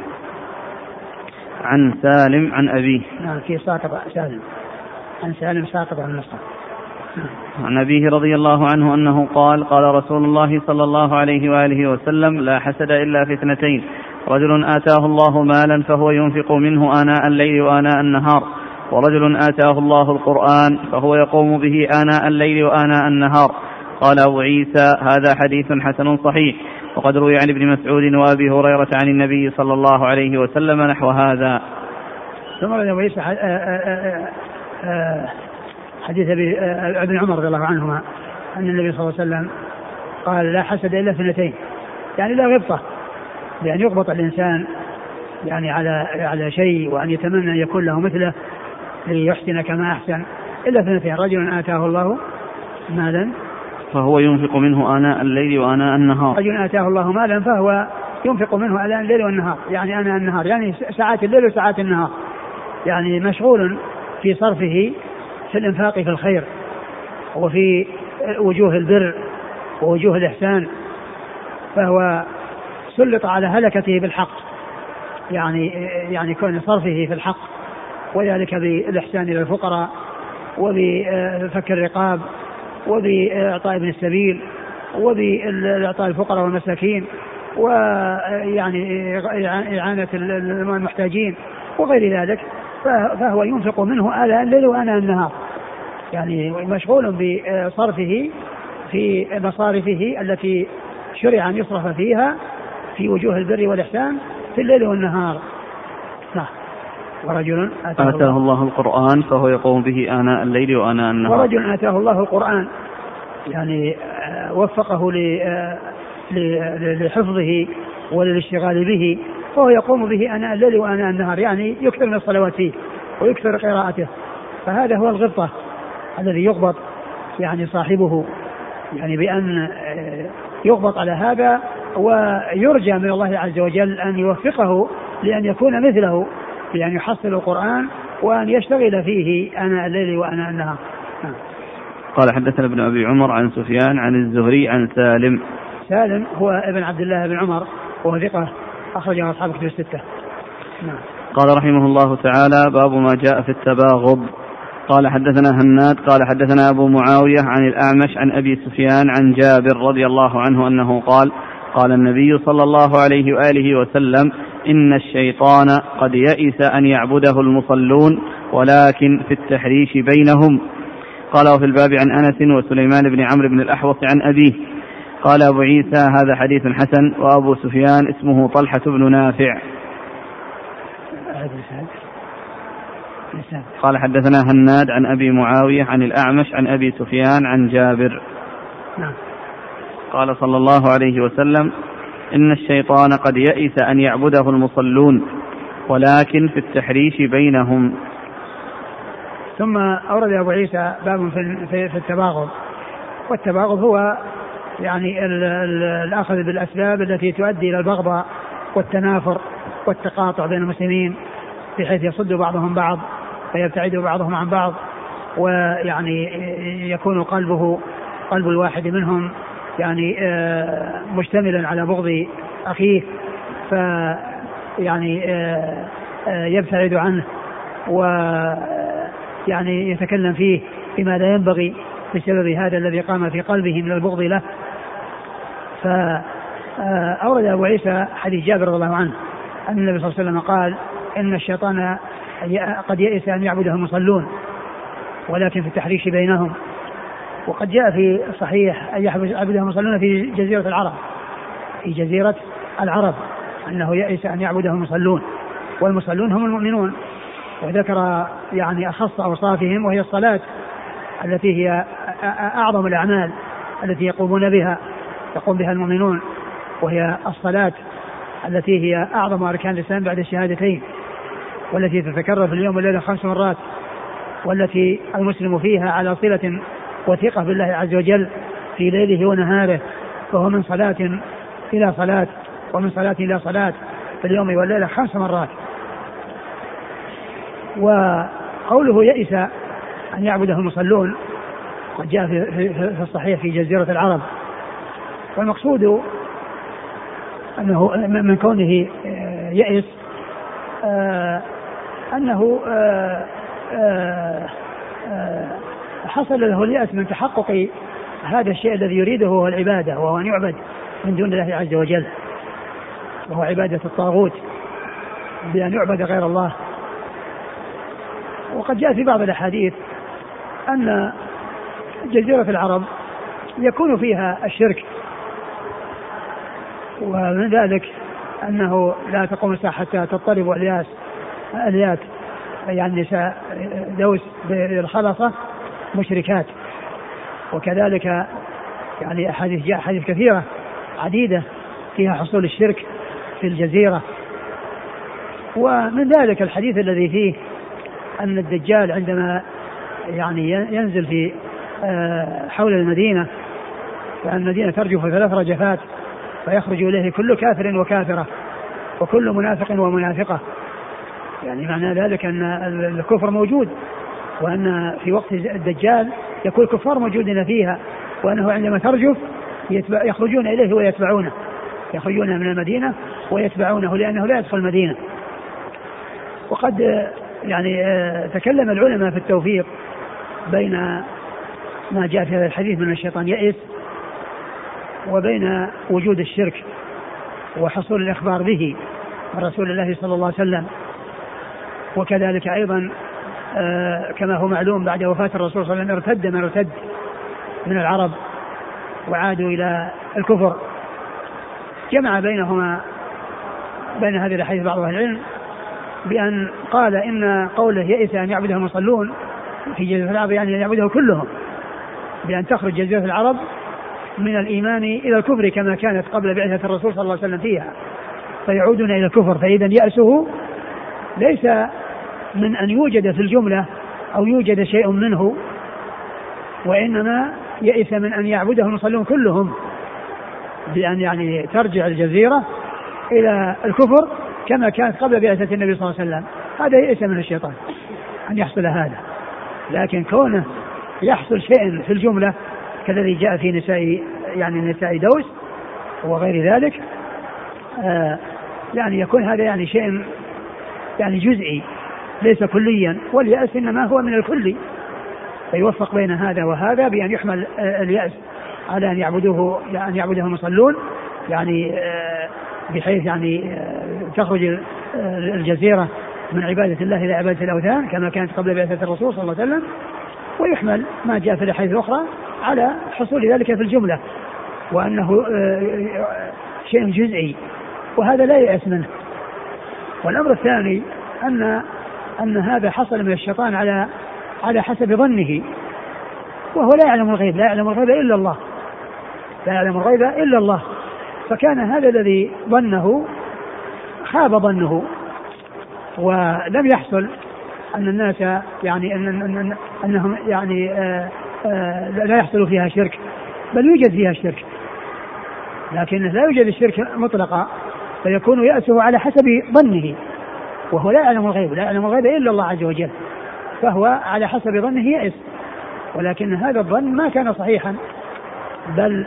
عن سالم عن أبيه. نعم في ساقط سالم عن سالم ساقط عن النصر. عن أبيه رضي الله عنه أنه قال قال رسول الله صلى الله عليه وآله وسلم لا حسد إلا في 2: رجل آتاه الله مالا فهو ينفق منه آناء الليل وآناء النهار، ورجل آتاه الله القرآن فهو يقوم به آناء الليل وآناء النهار. قال أبو عيسى هذا حديث حسن صحيح. وقد روي عن ابن مسعود وأبي هريرة عن النبي صلى الله عليه وسلم نحو هذا. ثم أبو عيسى حديث ابن عمر رضي الله عنهما أن النبي صلى الله عليه وسلم قال لا حسد إلا في 2، يعني لا غبطة بأن يغبط الإنسان يعني على شيء وأن يتمنى أن يكون له مثله ليحسن كما أحسن إلا في 2: رجل آتاه الله مالا فهو ينفق منه آناء الليل وآناء النهار. رجل آتاه الله مالا فهو ينفق منه آناء الليل والنهار، يعني آناء النهار يعني ساعات الليل وساعات النهار، يعني مشغول في صرفه في الإنفاق في الخير وفي وجوه البر ووجوه الإحسان، فهو سلط على هلكته بالحق، يعني كون صرفه في الحق، وذلك بالإحسان إلى الفقراء وبفك الرقاب وبإعطاء ابن السبيل وبإعطاء الفقراء والمساكين ويعني إعانة المحتاجين وغير ذلك، فهو ينفق منه آلاء الليل وآناء النهار، يعني مشغول بصرفه في مصارفه التي شرع أن يصرف فيها في وجوه البر والإحسان في الليل والنهار. نعم. ورجل آتاه الله القرآن فهو يقوم به آناء الليل وآناء النهار. ورجل آتاه الله القرآن يعني وفقه لحفظه وللاشتغال به، فهو يقوم به آناء الليل وآناء النهار، يعني يكثر من الصلوات فيه ويكثر قراءته، فهذا هو الغبطة الذي يغبط يعني صاحبه، يعني بأن يغبط على هذا، ويرجى من الله عز وجل أن يوفقه لأن يكون مثله، بأن يحصل القرآن وأن يشتغل فيه آناء الليل وآناء النهار. قال حدثنا ابن أبي عمر عن سفيان عن الزهري عن سالم. سالم هو ابن عبد الله بن عمر وهو ثقة أخرجه أصحاب الكتب الستة. قال رحمه الله تعالى: باب ما جاء في التباغض. قال حدثنا هناد قال حدثنا أبو معاوية عن الأعمش عن أبي سفيان عن جابر رضي الله عنه أنه قال: قال النبي صلى الله عليه وآله وسلم: إن الشيطان قد يئس أن يعبده المصلون ولكن في التحريش بينهم. قال: وفي الباب عن أنس وسليمان بن عمرو بن الأحوص عن أبيه. قال أبو عيسى: هذا حديث حسن. وأبو سفيان اسمه طلحة بن نافع. قال حدثنا هناد عن أبي معاوية عن الأعمش عن أبي سفيان عن جابر. قال صلى الله عليه وسلم: إن الشيطان قد يئس أن يعبده المصلون ولكن في التحريش بينهم. ثم أورد أبو عيسى باب في التباغض. والتباغض هو يعني الأخذ بالأسباب التي تؤدي إلى البغضاء والتنافر والتقاطع بين المسلمين، بحيث يصد بعضهم بعض فيبتعد بعضهم عن بعض، ويعني يكون قلب الواحد منهم يعني مشتملا على بغض أخيه، فيعني يبتعد عنه ويعني يتكلم فيه بما لا ينبغي بسبب هذا الذي قام في قلبه من البغض له. فأورد أبو عيسى حديث جابر رضي الله عنه أن النبي صلى الله عليه وسلم قال: إن الشيطان قد يئس أن يعبده المصلون ولكن في التحريش بينهم. وقد جاء في صحيح أن يعبده المصلون في جزيرة العرب أنه يئس أن يعبده المصلون، والمصلون هم المؤمنون. وذكر يعني أخص أوصافهم، وهي الصلاة التي هي أعظم الأعمال التي يقوم بها المؤمنون، وهي الصلاة التي هي أعظم أركان الإسلام بعد الشهادتين، والتي تتكرر في اليوم والليلة 5 مرات، والتي المسلم فيها على صلة وثقة بالله عز وجل في ليله ونهاره، فهو من صلاة إلى صلاة ومن صلاة إلى صلاة في اليوم والليلة 5 مرات. وقوله يئس أن يعبده المصلون قد جاء في الصحيح في جزيرة العرب، والمقصود أنه من كونه يئس أنه حصل له اليأس من تحقق هذا الشيء الذي يريده هو العبادة، وهو أن يعبد من دون الله عز وجل، وهو عبادة الطاغوت بأن يعبد غير الله. وقد جاء في بعض الأحاديث أن جزيرة العرب يكون فيها الشرك، ومن ذلك أنه لا تقوم الساعة حتى تضطرب اليات يعني نساء دوس بالخلصة مشركات. وكذلك يعني أحاديث كثيرة عديدة فيها حصول الشرك في الجزيرة. ومن ذلك الحديث الذي فيه أن الدجال عندما يعني ينزل في حول المدينة، فإن المدينة ترجف 3 رجفات فيخرج إليه كل كافر وكافرة وكل منافق ومنافقة، يعني معنى ذلك أن الكفر موجود، وأن في وقت الدجال يكون الكفار موجودين فيها، وأنه عندما ترجف يخرجون إليه ويتبعونه، يخرجون من المدينة ويتبعونه لأنه لا يدخل المدينة. وقد يعني تكلم العلماء في التوفيق بين ما جاء في هذا الحديث من الشيطان يئس وبين وجود الشرك. وحصول الإخبار به من رسول الله صلى الله عليه وسلم. وكذلك أيضا كما هو معلوم بعد وفاة الرسول صلى الله عليه وسلم ارتد من ارتد من العرب وعادوا إلى الكفر. جمع بين هذه الأحاديث بعض أهل العلم بأن قال إن قوله يئس أن يعبده المصلون في جزيرة العرب يعني أن يعبده كلهم، بأن تخرج جزيرة العرب من الإيمان إلى الكفر كما كانت قبل بعثة الرسول صلى الله عليه وسلم فيها، فيعودون إلى الكفر. فإذا يأسه ليس من أن يوجد في الجملة أو يوجد شيء منه، وإنما يئس من أن يعبده المصلون كلهم، بأن يعني ترجع الجزيرة إلى الكفر كما كانت قبل بعثة النبي صلى الله عليه وسلم. هذا يئس من الشيطان أن يحصل هذا. لكن كونه يحصل شيء في الجملة كالذي جاء في نساء دوس وغير ذلك يعني يكون هذا يعني شيء يعني جزئي ليس كليا، واليأس إنما هو من الكلي، فيوفق بين هذا وهذا بأن يحمل اليأس على أن يعبده المصلون، يعني بحيث يعني تخرج الجزيرة من عبادة الله إلى عبادة الأوثان كما كانت قبل بعثة الرسول صلى الله عليه وسلم، ويحمل ما جاء في الأحاديث الأخرى على حصول ذلك في الجملة، وأنه شيء جزئي وهذا لا يأس منه. والأمر الثاني أن هذا حصل من الشيطان على حسب ظنه، وهو لا يعلم الغيب، لا يعلم الغيب إلا الله، لا يعلم الغيب إلا الله. فكان هذا الذي ظنه خاب ظنه، ولم يحصل أن الناس يعني أنهم يعني لا يحصل فيها شرك، بل يوجد فيها الشرك، لكن لا يوجد الشرك مطلقا، فيكون يأسه على حسب ظنه، وهو لا يعلم الغيب، لا يعلم الغيب إلا الله عز وجل، فهو على حسب ظنه يأس. ولكن هذا الظن ما كان صحيحا، بل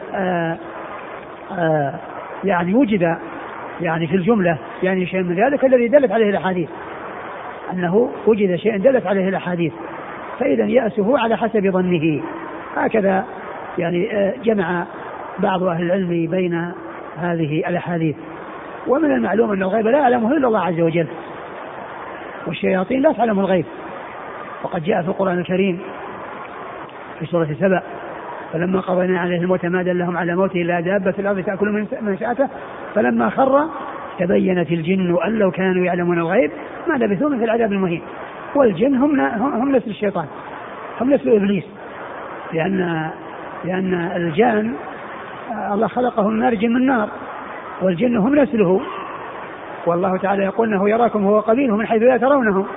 يعني وجد يعني في الجملة يعني شيء من ذلك الذي دلت عليه الأحاديث، أنه وجد شيء دلت عليه الأحاديث، فإذا يأسه على حسب ظنه. هكذا يعني جمع بعض أهل العلم بين هذه الأحاديث. ومن المعلوم أن الغيب لا يعلمه إلا الله عز وجل، والشياطين لا تعلم الغيب، وقد جاء في القرآن الكريم في سورة سبأ: فلما قضينا عليه الموت ما دلهم على موته إلا دابة الأرض تأكل من سأته فلما خر تبينت الجن أن لو كانوا يعلمون الغيب ما لبثوا في العذاب المهين. والجن هم نسل الشيطان، هم نسل إبليس، لأن الجان الله خلقهم من نار من نار، والجن هم نسله، والله تعالى يقول انه يراكم هو قبيله من حيث لا ترونه.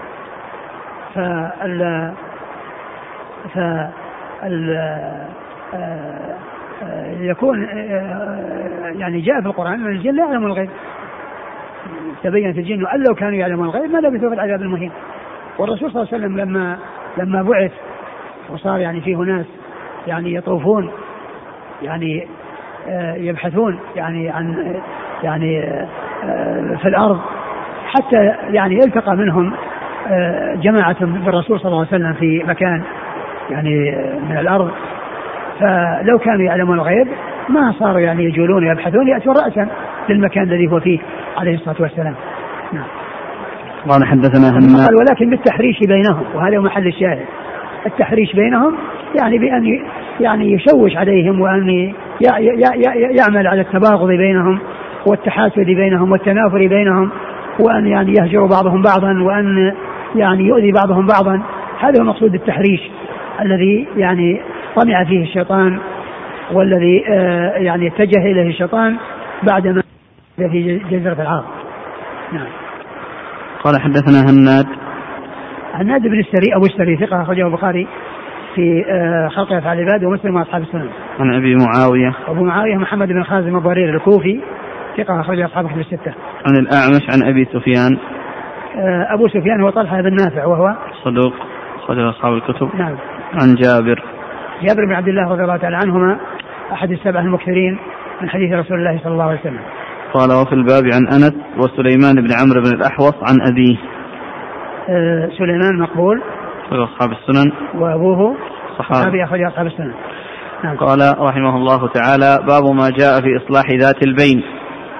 يكون يعني جاء في القرآن أن الجن لا يعلم الغيب، تبينت الجن أن لو كانوا يعلمون الغيب ما لبثوا في العذاب المهين. والرسول صلى الله عليه وسلم لما بعث وصار يعني فيه ناس يعني يطوفون يعني يبحثون يعني عن يعني في الأرض، حتى يعني يلتقى منهم جماعة بالرسول صلى الله عليه وسلم في مكان يعني من الأرض، فلو كانوا يعلمون الغيب ما صاروا يعني يجولون يبحثون، يأتون رأسا للمكان الذي هو فيه عليه الصلاة والسلام. نعم. قال حدثنا هناد، ولكن بالتحريش بينهم، وهذا محل الشاهد، التحريش بينهم يعني بأن يعني يشوش عليهم، وأن يعمل على التباغض بينهم والتحاسد بينهم والتنافر بينهم، وأن يعني يهجر بعضهم بعضا، وأن يعني يؤذي بعضهم بعضا. هذا هو مقصود التحريش الذي يعني طمع فيه الشيطان، والذي يعني اتجه إليه الشيطان بعدما في جزيرة العرب. نعم. قال حدثنا هناد بن السري أبو السري ثقة أخرجه البخاري في خلق أفعال العباد ومسلم وأصحاب السنن. عن أبي معاوية، أبو معاوية محمد بن خازم الضرير الكوفي ثقة أخرجه أصحاب الكتب الستة. عن الأعمش عن أبي سفيان، أبو سفيان هو طلحة بن نافع وهو صدوق أخرج أصحاب الكتب. نعم. عن جابر بن عبد الله رضي الله تعالى عنهما أحد السبع المكثرين من حديث رسول الله صلى الله عليه وسلم. قال: وفي الباب عن أنس وسليمان بن عمرو بن الأحوص عن أبيه. سليمان مقبول أصحاب السنن، وأبوه صحابي أخرج أصحاب السنن. نعم. قال رحمه الله تعالى: باب ما جاء في إصلاح ذات البين.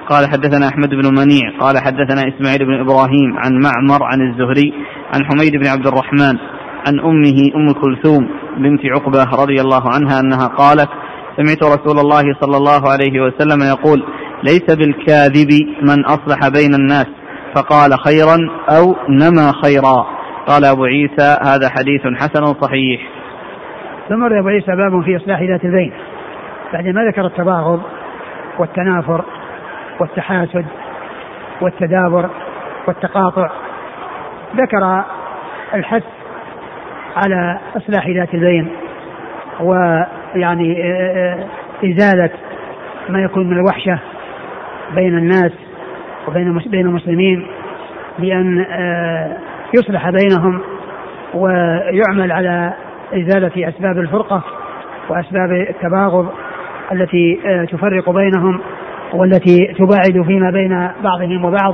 قال حدثنا أحمد بن منيع قال حدثنا إسماعيل بن إبراهيم عن معمر عن الزهري عن حميد بن عبد الرحمن عن أمه أم كلثوم بنت عقبة رضي الله عنها أنها قالت: سمعت رسول الله صلى الله عليه وسلم يقول: ليس بالكاذب من أصلح بين الناس فقال خيرا أو نما خيرا. قال أبو عيسى: هذا حديث حسن صحيح. ثم أبو عيسى باب في إصلاح ذات البين، بعدما ذكر التباغض والتنافر والتحاسد والتدابر والتقاطع، ذكر الحث على إصلاح ذات البين، ويعني إزالة ما يكون من الوحشة بين الناس وبين المسلمين، بأن يصلح بينهم ويعمل على إزالة أسباب الفرقة وأسباب التباغض التي تفرق بينهم والتي تباعد فيما بين بعضهم وبعض.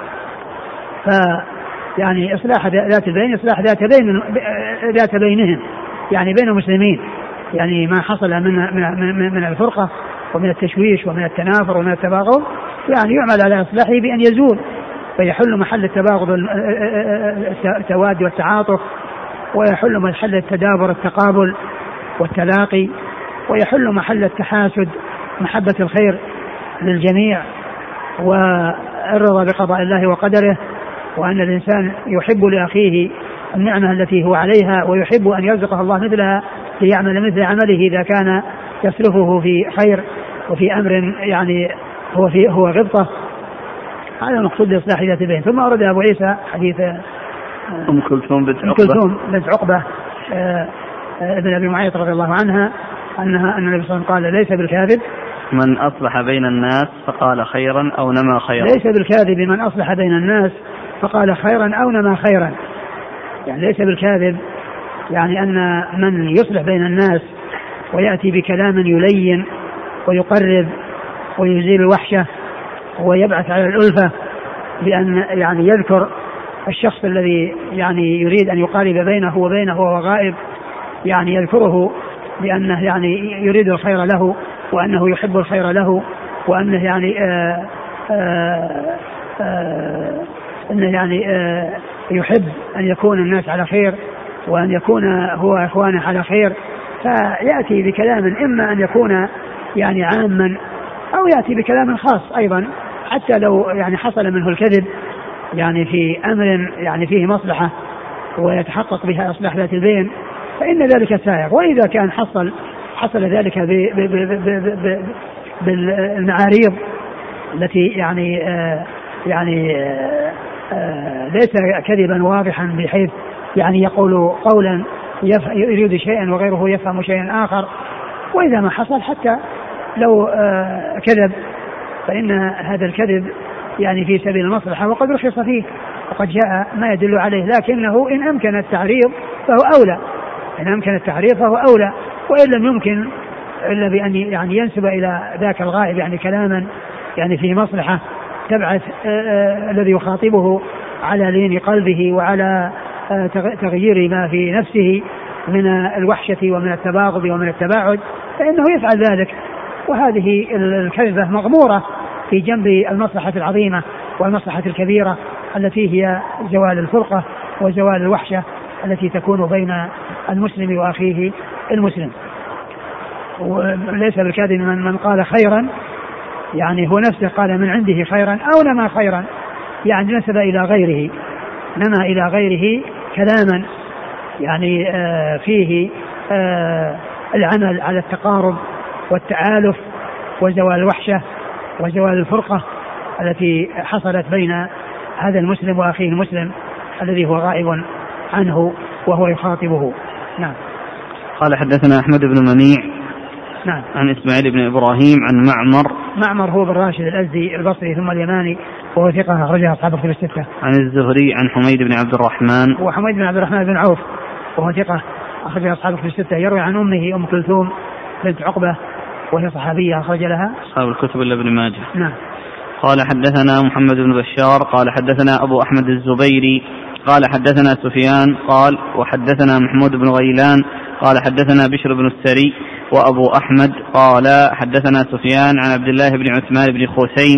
فيعني إصلاح ذات البين، إصلاح ذات بينهم، يعني بين المسلمين، يعني ما حصل من الفرقة ومن التشويش ومن التنافر ومن التباغض، يعني يعمل على إصلاحه بأن يزول فيحل محل التباغض التواد والتعاطف، ويحل محل التدابر التقابل والتلاقي، ويحل محل التحاسد محبة الخير للجميع والرضا بقضاء الله وقدره، وأن الإنسان يحب لأخيه النعمة التي هو عليها ويحب أن يرزقه الله مثلها ليعمل مثل عمله إذا كان يصرفه في خير وفي أمر يعني هو غبطة. هذا المقصود بإصلاح ذات البين. ثم أورد أبو عيسى حديث أم كلثوم بنت عقبة ابن أبي معيط رضي الله عنها أن النبي صلى الله عليه وسلم قال: ليس بالكاذب من أصلح بين الناس فقال خيرا أو نما خيرا. ليس بالكاذب من أصلح بين الناس فقال خيرا أو نما خيرا، يعني ليس بالكاذب يعني أن من يصلح بين الناس ويأتي بكلام يلين ويقرب ويزيل الوحشة ويبعث على الألفة، بأن يعني يذكر الشخص الذي يعني يريد أن يقارب بينه وبينه وهو غائب، يعني يذكره بأنه يعني يريد الخير له وأنه يحب الخير له، وأنه يعني أنه يعني يحب أن يكون الناس على خير وأن يكون هو إخوانه على خير، فيأتي بكلام إما أن يكون يعني عاما أو يأتي بكلام خاص أيضا، حتى لو يعني حصل منه الكذب يعني في أمر يعني فيه مصلحة ويتحقق بها إصلاح ذات البين فإن ذلك سائغ. وإذا كان حصل ذلك بالمعاريض التي يعني ليس كذبا واضحا بحيث يعني يقول قولا يريد شيئا وغيره يفهم شيئا آخر، وإذا ما حصل حتى لو كذب فإن هذا الكذب يعني في سبيل المصلحة وقد رخص فيه وقد جاء ما يدل عليه، لكنه إن أمكن التعريض فهو أولى، وإن لم يمكن إلا بأن يعني ينسب إلى ذاك الغائب يعني كلاما يعني في مصلحة تبعث الذي يخاطبه على لين قلبه وعلى تغيير ما في نفسه من الوحشة ومن التباغض ومن التباعد، فإنه يفعل ذلك. وهذه الكذبة مغمورة في جنب المصلحة العظيمة والمصلحة الكبيرة التي هي زوال الفرقة وزوال الوحشة التي تكون بين المسلم وأخيه المسلم. وليس بالكاذب من قال خيرا يعني هو نفسه قال من عنده خيرا أو نما خيرا، يعني نسب إلى غيره، نما إلى غيره كلاما يعني فيه العمل على التقارب والتآلف وزوال الوحشة وزوال الفرقة التي حصلت بين هذا المسلم وأخيه المسلم الذي هو غائب عنه وهو يخاطبه. نعم. قال حدثنا أحمد بن منيع نعم عن إسماعيل بن إبراهيم عن معمر هو بن راشد الأزدي البصري ثم اليماني وهو ثقة أخرجها أصحاب الكتب الستة. عن الزهري عن حميد بن عبد الرحمن وحميد بن عبد الرحمن بن عوف وهو ثقة أخرجها أصحاب الكتب الستة. يروي عن أمه أم كلثوم بنت عقبة وهي صحابية أخرج لها أصحاب الكتب إلا ابن ماجه. نعم. قال حدثنا محمد بن بشار قال حدثنا أبو أحمد الزبيري قال حدثنا سفيان قال وحدثنا محمود بن غيلان قال حدثنا بشر بن السري وأبو أحمد قال حدثنا سفيان عن عبد الله بن عثمان بن خوسين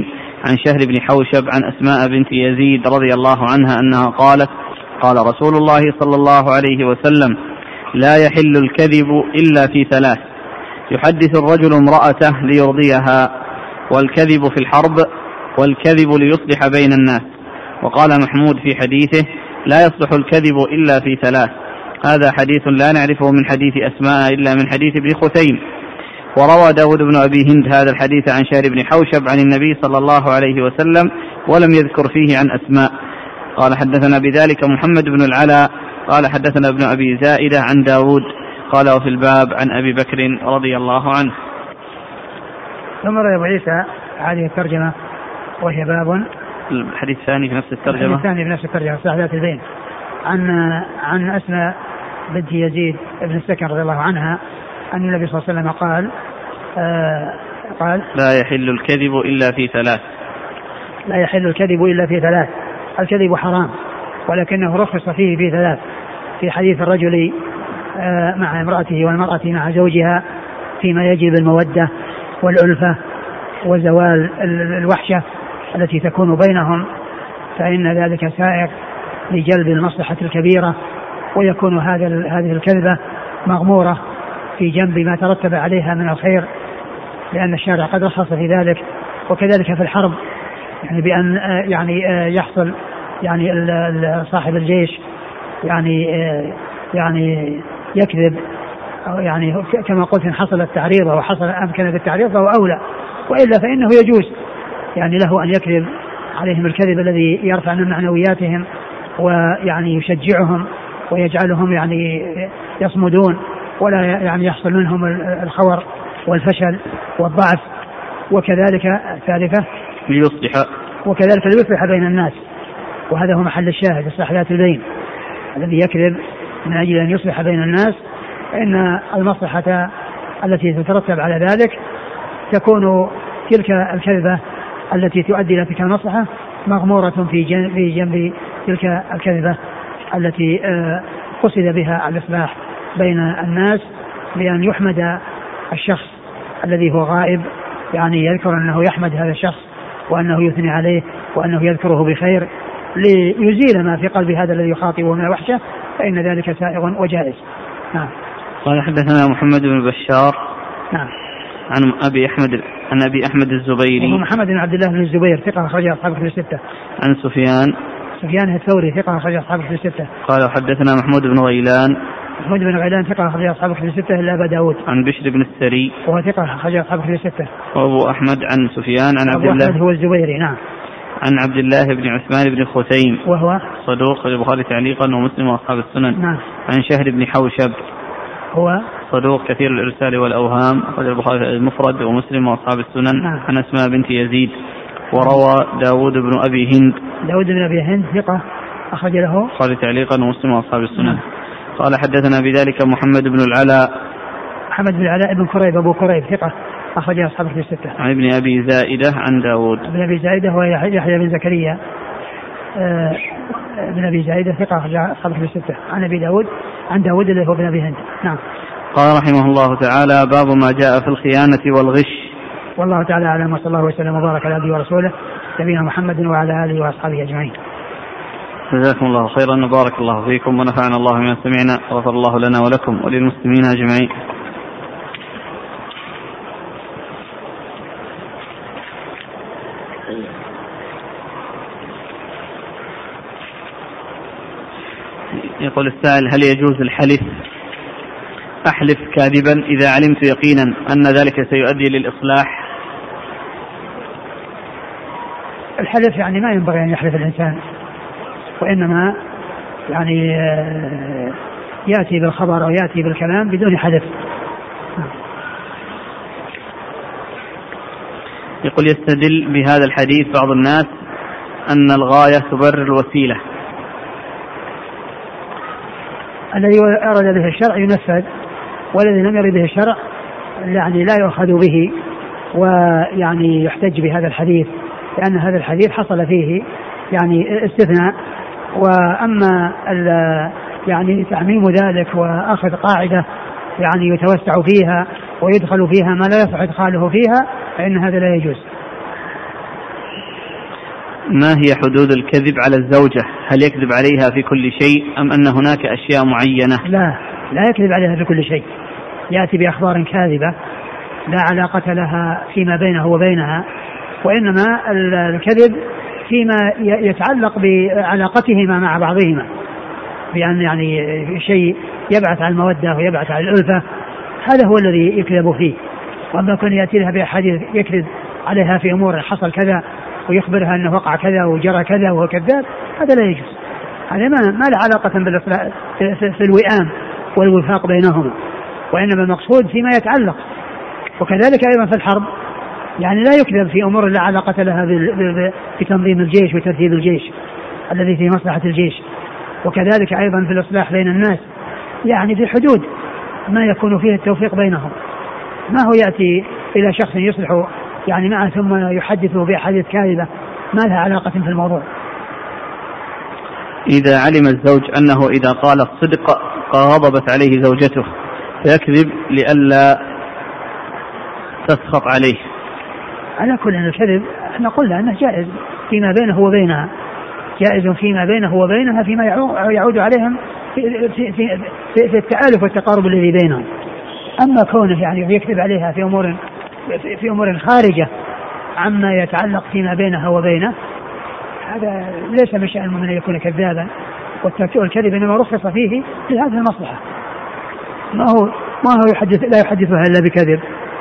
عن شهر بن حوشب عن أسماء بنت يزيد رضي الله عنها أنها قالت قال رسول الله صلى الله عليه وسلم لا يحل الكذب إلا في ثلاث: يحدث الرجل امرأته ليرضيها، والكذب في الحرب، والكذب ليصلح بين الناس. وقال محمود في حديثه: لا يصلح الكذب إلا في ثلاث. هذا حديث لا نعرفه من حديث أسماء إلا من حديث ابن خثيم. وروى داود بن أبي هند هذا الحديث عن شهر بن حوشب عن النبي صلى الله عليه وسلم ولم يذكر فيه عن أسماء. قال حدثنا بذلك محمد بن العلاء قال حدثنا ابن أبي زائدة عن داود قال وفي الباب عن أبي بكر رضي الله عنه. ثم روى أبو عيسى هذه الترجمة وهي باب الحديث الثاني في نفس الترجمة، الحديث الثاني في نفس الترجمة صحيح ذات البين عن أسماء بنت يزيد بن السكن رضي الله عنها أن النبي صلى الله عليه وسلم قال لا يحل الكذب إلا في ثلاث. لا يحل الكذب إلا في ثلاث. الكذب حرام ولكنه رخص فيه في ثلاث: في حديث الرجل مع امرأته والمرأة مع زوجها فيما يجب المودة والألفة وزوال الوحشة التي تكون بينهم، فإن ذلك سائق لجلب المصلحة الكبيرة، ويكون هذه الكذبة مغمورة في جنب ما ترتب عليها من الخير، لأن الشارع قد رخص في ذلك. وكذلك في الحرب، يعني بأن يحصل صاحب الجيش يعني يكذب، أو يعني كما قلت إن حصل التعريض أو حصل أمكن بالتعريض فهو أولى، وإلا فإنه يجوز يعني له أن يكذب عليهم الكذب الذي يرفع من معنوياتهم ويعني يشجعهم ويجعلهم يعني يصمدون ولا يعني يحصل منهم الخور والفشل والضعف. وكذلك الثالثة ليصلح بين الناس، وهذا هو محل الشاهد إصلاح ذات البين. الذي يكذب من أجل أن يصلح بين الناس فإن المصلحة التي تترتب على ذلك تكون تلك الكذبة التي تؤدي إلى تلك المصلحة مغمورة في جنب تلك الكذبة التي قصد بها الإصلاح بين الناس، بأن يحمد الشخص الذي هو غائب، يعني يذكر أنه يحمد هذا الشخص وأنه يثني عليه وأنه يذكره بخير ليزيل ما في قلب هذا الذي يخاطبه من الوحشة، فإن ذلك سائغ وجائز. نعم. قال حدثنا محمد بن بشار نعم عن أبي أحمد الزبيري محمد بن عبد الله بن الزبير ثقة أخرج أصحاب الكتب الستة. عن سفيان الثوري ثقة أخرج أصحاب الكتب الستة. قال حدثنا محمود بن غيلان ثقة أخرج أصحاب الكتب الستة إلا أبا داود. عن بشر بن السري وهو ثقة أخرج أصحاب الكتب الستة. وأبو أحمد عن سفيان عن عبد الله هو الزبيري. نعم. عن عبد الله بن عثمان بن خثيم وهو صدوق البخاري تعليقا ومسلم وأصحاب السنن. نعم. عن شهر بن حوشب هو صدوق كثير الإرسال والأوهام أخرج البخاري المفرد ومسلم وأصحاب السنن. نعم. عن أسماء بنت يزيد. وروى داود بن أبي هند ثقة أخرج له البخاري تعليقا ومسلم وأصحاب السنن. نعم. قال حدثنا بذلك محمد بن العلاء بن كريب أبو كريب ثقة أخرج أصحاب الكتب الستة. عن ابن أبي زائدة عن داود ابن أبي زائدة هو يحيى بن زكريا ابن أبي زائدة ثقة أخرج أصحاب الكتب الستة. عن أبي داود عن داود اللي هو ابن أبي هند. نعم. قال رحمه الله تعالى: باب ما جاء في الخيانة والغش. والله تعالى أعلم، وصلى الله وسلم وبارك على عبده ورسوله نبينا محمد وعلى آله وأصحابه أجمعين. جزاكم الله خيرا وبارك الله فيكم ونفعنا الله بما سمعنا وغفر الله لنا ولكم وللمسلمين أجمعين. يقول السائل: هل يجوز الحلف؟ أحلف كاذبا إذا علمت يقينا أن ذلك سيؤدي للإصلاح. الحلف يعني ما ينبغي أن يحلف الإنسان، وإنما يعني يأتي بالخبر أو يأتي بالكلام بدون حلف. يقول: يستدل بهذا الحديث بعض الناس أن الغاية تبرر الوسيلة. الذي أراد به الشرع ينفذ، والذي لم يرد به الشرع يعني لا يؤخذ به، ويعني يحتج بهذا الحديث، لأن هذا الحديث حصل فيه يعني استثناء. وأما يعني تعميم ذلك وأخذ قاعدة يعني يتوسع فيها ويدخل فيها ما لا يصح إدخاله فيها، فإن هذا لا يجوز. ما هي حدود الكذب على الزوجة؟ هل يكذب عليها في كل شيء أم أن هناك أشياء معينة؟ لا يكذب عليها في كل شيء، يأتي بأخبار كاذبة لا علاقة لها فيما بينه وبينها، وإنما الكذب فيما يتعلق بعلاقتهما مع بعضهما، بأن يعني شيء يبعث على المودة ويبعث على الألفة، هذا هو الذي يكذب فيه. وأما كان يأتي لها بأحاديث يكذب عليها في أمور حصل كذا ويخبرها أنه وقع كذا وجرى كذا وهو كذاب، هذا لا يجوز. هذا ما له علاقة في الوئام والوفاق بينهما، وإنما المقصود فيما يتعلق. وكذلك أيضا في الحرب يعني لا يكذب في أمور لا علاقة لها بتنظيم الجيش وترتيب الجيش الذي في مصلحة الجيش. وكذلك أيضا في الإصلاح بين الناس، يعني في حدود ما يكون فيه التوفيق بينهم. ما هو يأتي إلى شخص يصلح يعني معه ثم يحدثه بأحاديث كاذبة ما لها علاقة في الموضوع. إذا علم الزوج أنه إذا قال الصدق غضبت عليه زوجته فيكذب لئلا تسخط عليه. على كل الكذب احنا قلنا أنه جائز فيما بينه وبينها، جائز فيما بينه وبينها فيما يعود عليهم في التآلف والتقارب الذي بينهم. أما كونه يعني يكذب عليها في أمور خارجة عما يتعلق فيما بينها وبينه، هذا ليس من شأن المؤمن أن يكون كذابا. والكذب إنما رخص فيه لهذه المصلحة، ما هو لا يحدثها إلا بكذب.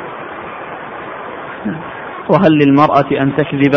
وهل للمرأة أن تكذب؟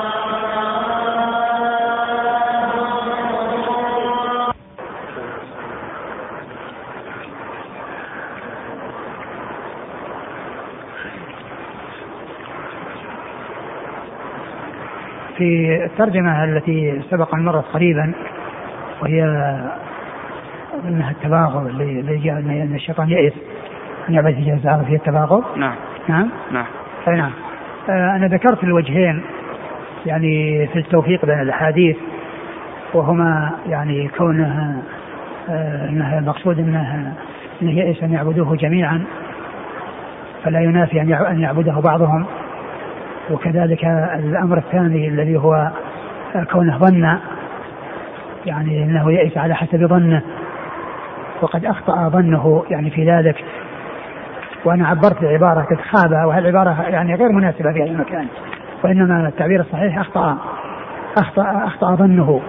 في الترجمة التي سبق أن مرت قريبا، وهي أنها التباغض اللي جاء أن الشيطان يئس أن يعبد في جهة فيه التباغض. نعم. نعم. أنا ذكرت الوجهين يعني في التوفيق بين الأحاديث، وهما يعني كونها أنها المقصود أنه يئس أن يعبدوه جميعا فلا ينافي أن يعبده بعضهم. وكذلك الأمر الثاني الذي هو كونه ظن، يعني أنه يئس على حسب ظنه وقد أخطأ ظنه يعني في ذلك. وأنا عبرت بعبارة قد خاب، وهالعبارة يعني غير مناسبة في أي مكان، وإنما التعبير الصحيح أخطأ ظنه.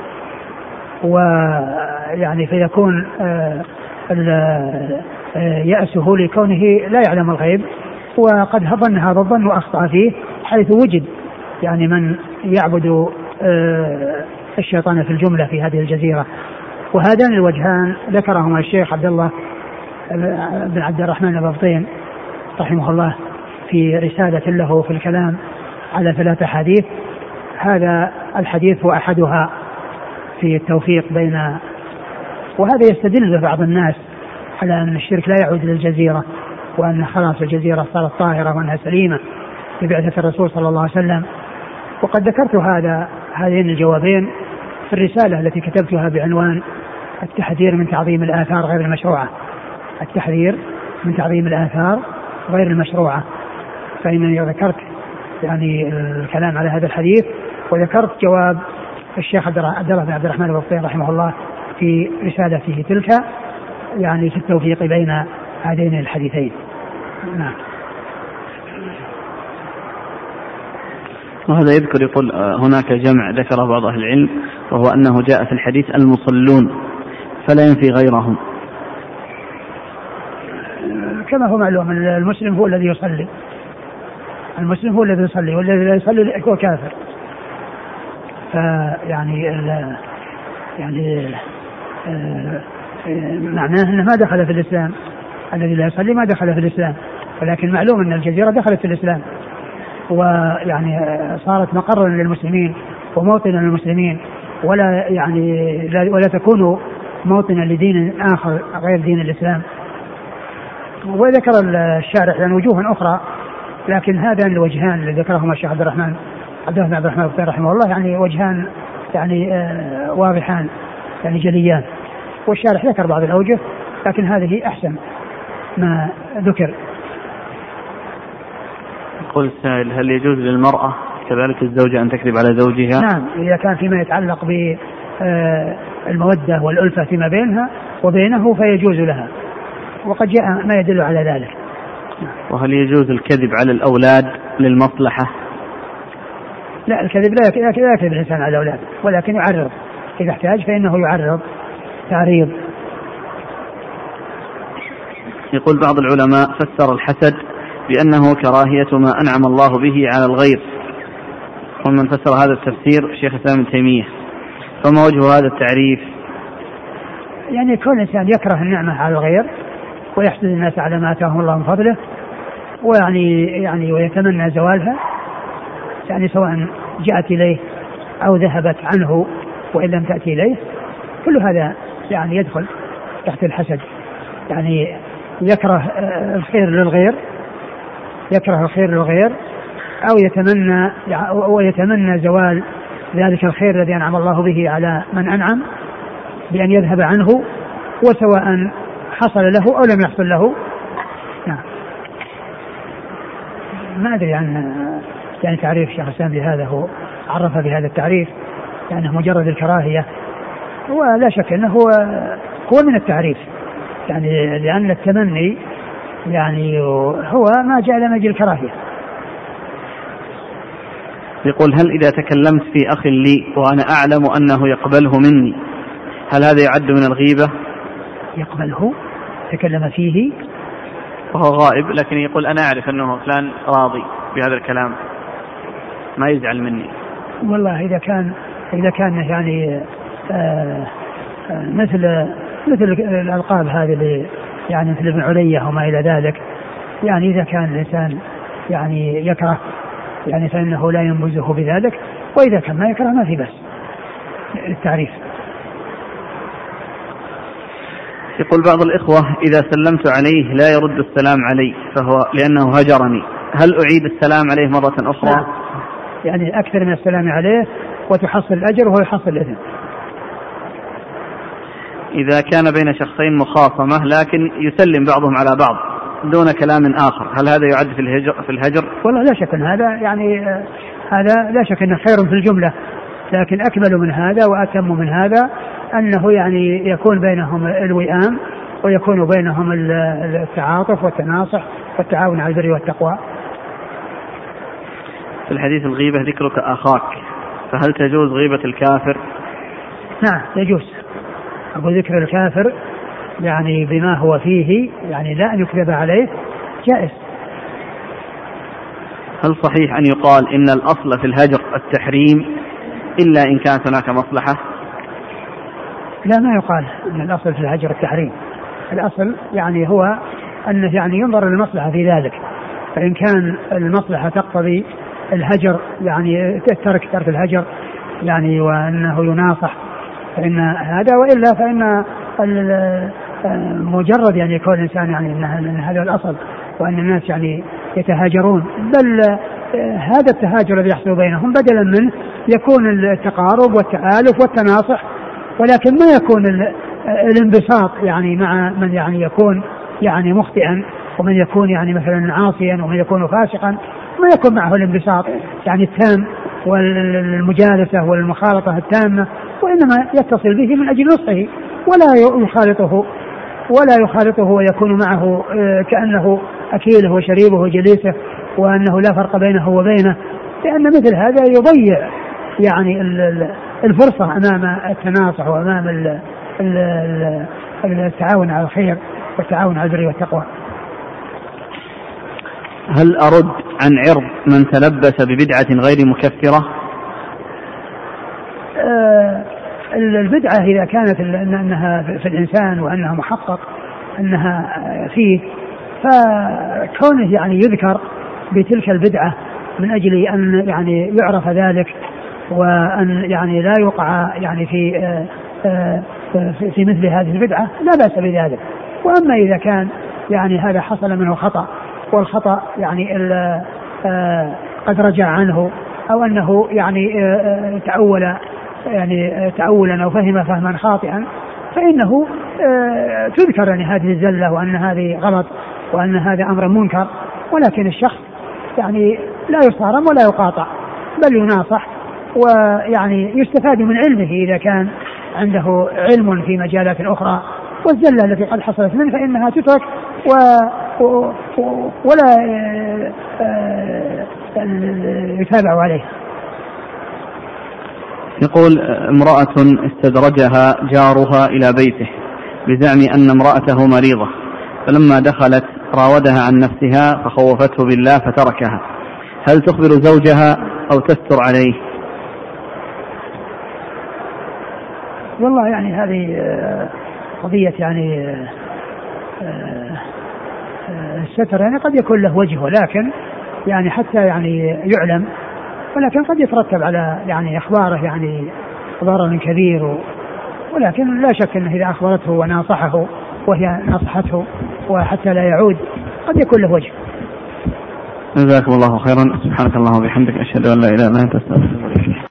ويعني فيكون يأسه لكونه لا يعلم الغيب، وقد ظن هذا الظن وأخطأ فيه، حيث وجد يعني من يعبد الشيطان في الجملة في هذه الجزيرة. وهذان الوجهان ذكرهما الشيخ عبد الله بن عبد الرحمن البطين رحمه الله في رسالة له في الكلام على 3 حديث. هذا الحديث هو أحدها في التوفيق بين، وهذا يستدل بعض الناس على أن الشرك لا يعود للجزيرة، وأن خلاص الجزيرة صارت طاهرة وأنها سليمة ببعثة الرسول صلى الله عليه وسلم. وقد ذكرت هذين الجوابين في الرسالة التي كتبتها بعنوان التحذير من تعظيم الآثار غير المشروعة. التحذير من تعظيم الآثار غير المشروعة. فإنني ذكرت يعني الكلام على هذا الحديث، وذكرت جواب الشيخ عبد الله بن عبد الرحمن البطين رحمه الله في رسالته تلك، يعني في التوفيق بين هذين الحديثين. نعم. وهذا يذكر يقول هناك جمع ذكره بعض أهل العلم، وهو أنه جاء في الحديث المصلون فلا ينفي غيرهم. كما هو معلوم المسلم هو الذي يصلي، المسلم هو الذي يصلي، والذي لا يصلي هو كافر. فيعني معناه أنه ما دخل في الإسلام، الذي لا يصلي ما دخل في الإسلام، ولكن معلوم أن الجزيرة دخلت في الإسلام، ويعني صارت مقرا للمسلمين وموطنا للمسلمين، ولا تكون موطنا لدين آخر غير دين الإسلام. وذكر الشارح يعني وجوها أخرى، لكن هذان الوجهان اللي ذكرهما الشيخ عبد الله بن عبد الرحمن رحمه الله يعني وجهان يعني واضحان يعني جليان، والشارح ذكر بعض الأوجه، لكن هذه أحسن ما ذكر. يقول السائل: هل يجوز للمرأة كذلك الزوجة أن تكذب على زوجها؟ نعم، إذا كان فيما يتعلق بالمودة والألفة فيما بينها وبينه فيجوز لها، وقد جاء ما يدل على ذلك. وهل يجوز الكذب على الأولاد للمصلحة؟ لا، الكذب لا يكذب الإنسان على الأولاد، ولكن يعرض إذا احتاج، فإنه يعرض تعريض. يقول بعض العلماء فسر الحسد بأنه كراهية ما أنعم الله به على الغير، ومن فسر هذا التفسير شيخ الإسلام ابن تيمية، فما وجه هذا التعريف؟ يعني كل إنسان يكره النعمة على الغير ويحسد الناس على ما آتاهم الله من فضله، ويعني ويتمنى زوالها، يعني سواء جاءت إليه أو ذهبت عنه وإن لم تأتي إليه، كل هذا يعني يدخل تحت الحسد. يعني يكره الخير للغير أو يتمنى زوال ذلك الخير الذي أنعم الله به على من أنعم بأن يذهب عنه، وسواء حصل له أو لم يحصل له. نعم. ما أدري عن يعني تعريف شيخ الإسلام بهذا، هو عرف بهذا التعريف يعني مجرد الكراهية، ولا شك أنه هو من التعريف، يعني لأن التمني يعني هو ما جاء لما يجي الكراهية. يقول هل إذا تكلمت في أخ لي وأنا أعلم أنه يقبله مني هل هذا يعد من الغيبة؟ يقبله، تكلم فيه وهو غائب، لكن يقول أنا أعرف أنه فلان راضي بهذا الكلام ما يزعل مني. والله إذا كان يعني مثل الألقاب هذه اللي يعني مثل ابن علية وما إلى ذلك، يعني إذا كان الإنسان يعني يكره يعني فإنه لا ينبذه بذلك، وإذا كان ما يكره ما في بس التعريف. يقول بعض الإخوة إذا سلمت عليه لا يرد السلام علي فهو لأنه هجرني، هل أعيد السلام عليه مرة أخرى؟ نعم. يعني أكثر من السلام عليه وتحصل الأجر وهو يحصل الإثم. إذا كان بين شخصين مخاصمة لكن يسلم بعضهم على بعض دون كلام آخر هل هذا يعد في الهجر؟ والله لا شك أن هذا يعني هذا لا شك أنه خير في الجملة، لكن أكمل من هذا وأتم من هذا أنه يعني يكون بينهم الوئام ويكون بينهم التعاطف والتناصح والتعاون على البر والتقوى. في الحديث الغيبة ذكرك أخاك، فهل تجوز غيبة الكافر؟ نعم يجوز، أقول ذكر الكافر يعني بما هو فيه، يعني لا أن يكذب عليه، جائز. هل صحيح أن يقال إن الأصل في الهجر التحريم إلا إن كانت هناك مصلحة؟ لا، ما يقال أن الأصل في الهجر التحريم، الأصل يعني هو أنه يعني ينظر للمصلحة في ذلك، فإن كان المصلحة تقتضي الهجر يعني ترك الهجر يعني وأنه يناصح فإن هذا، وإلا فإن مجرد يعني يكون الإنسان يعني أن هذا الأصل وأن الناس يعني يتهاجرون، بل هذا التهاجر الذي يحصل بينهم بدلا منه يكون التقارب والتآلف والتناصح، ولكن ما يكون الانبساط يعني مع من يعني يكون يعني مخطئا ومن يكون يعني مثلا عاصيا ومن يكون فاسقا، ما يكون معه الانبساط يعني التام والمجالسة والمخالطة التامة، وإنما يتصل به من أجل نصحه ولا يخالطه ويكون معه كأنه أكيله وشريبه وجليسه وأنه لا فرق بينه وبينه، لأن مثل هذا يضيع يعني الفرصة أمام التناصح وأمام التعاون على الخير والتعاون على البر والتقوى. هل أرد عن عرض من تلبس ببدعة غير مكفرة؟ البدعة إذا كانت أنها في الإنسان وأنها محقق أنها فيه، فكونه يعني يذكر بتلك البدعة من أجل أن يعني يعرف ذلك وأن يعني لا يقع يعني في مثل هذه البدعة لا بأس بذلك. وأما إذا كان يعني هذا حصل منه خطأ والخطأ يعني قد رجع عنه أو أنه يعني تأولا أو فهم فهما خاطئا، فإنه تذكر يعني هذه الزلة وأن هذه غلط وأن هذا أمر منكر، ولكن الشخص يعني لا يصارم ولا يقاطع، بل يناصح، ويعني يستفاد من علمه إذا كان عنده علم في مجالات أخرى، والزلة التي قد حصلت منه فإنها تترك ولا يتابع عليه. يقول امرأة استدرجها جارها إلى بيته بزعم أن امرأته مريضة، فلما دخلت راودها عن نفسها فخوفته بالله فتركها، هل تخبر زوجها أو تستر عليه؟ والله يعني هذه قضية يعني الستر يعني قد يكون له وجه، ولكن يعني حتى يعني يعلم، ولكن قد يترتب على يعني أخباره يعني ضرر كبير، ولكن لا شك أنه إذا أخبرته وناصحه وهي نصحته وحتى لا يعود قد يكون له وجه. جزاكم الله خيرا. سبحانك اللهم وبحمدك، أشهد أن لا إله إلا أنت، أستغفرك.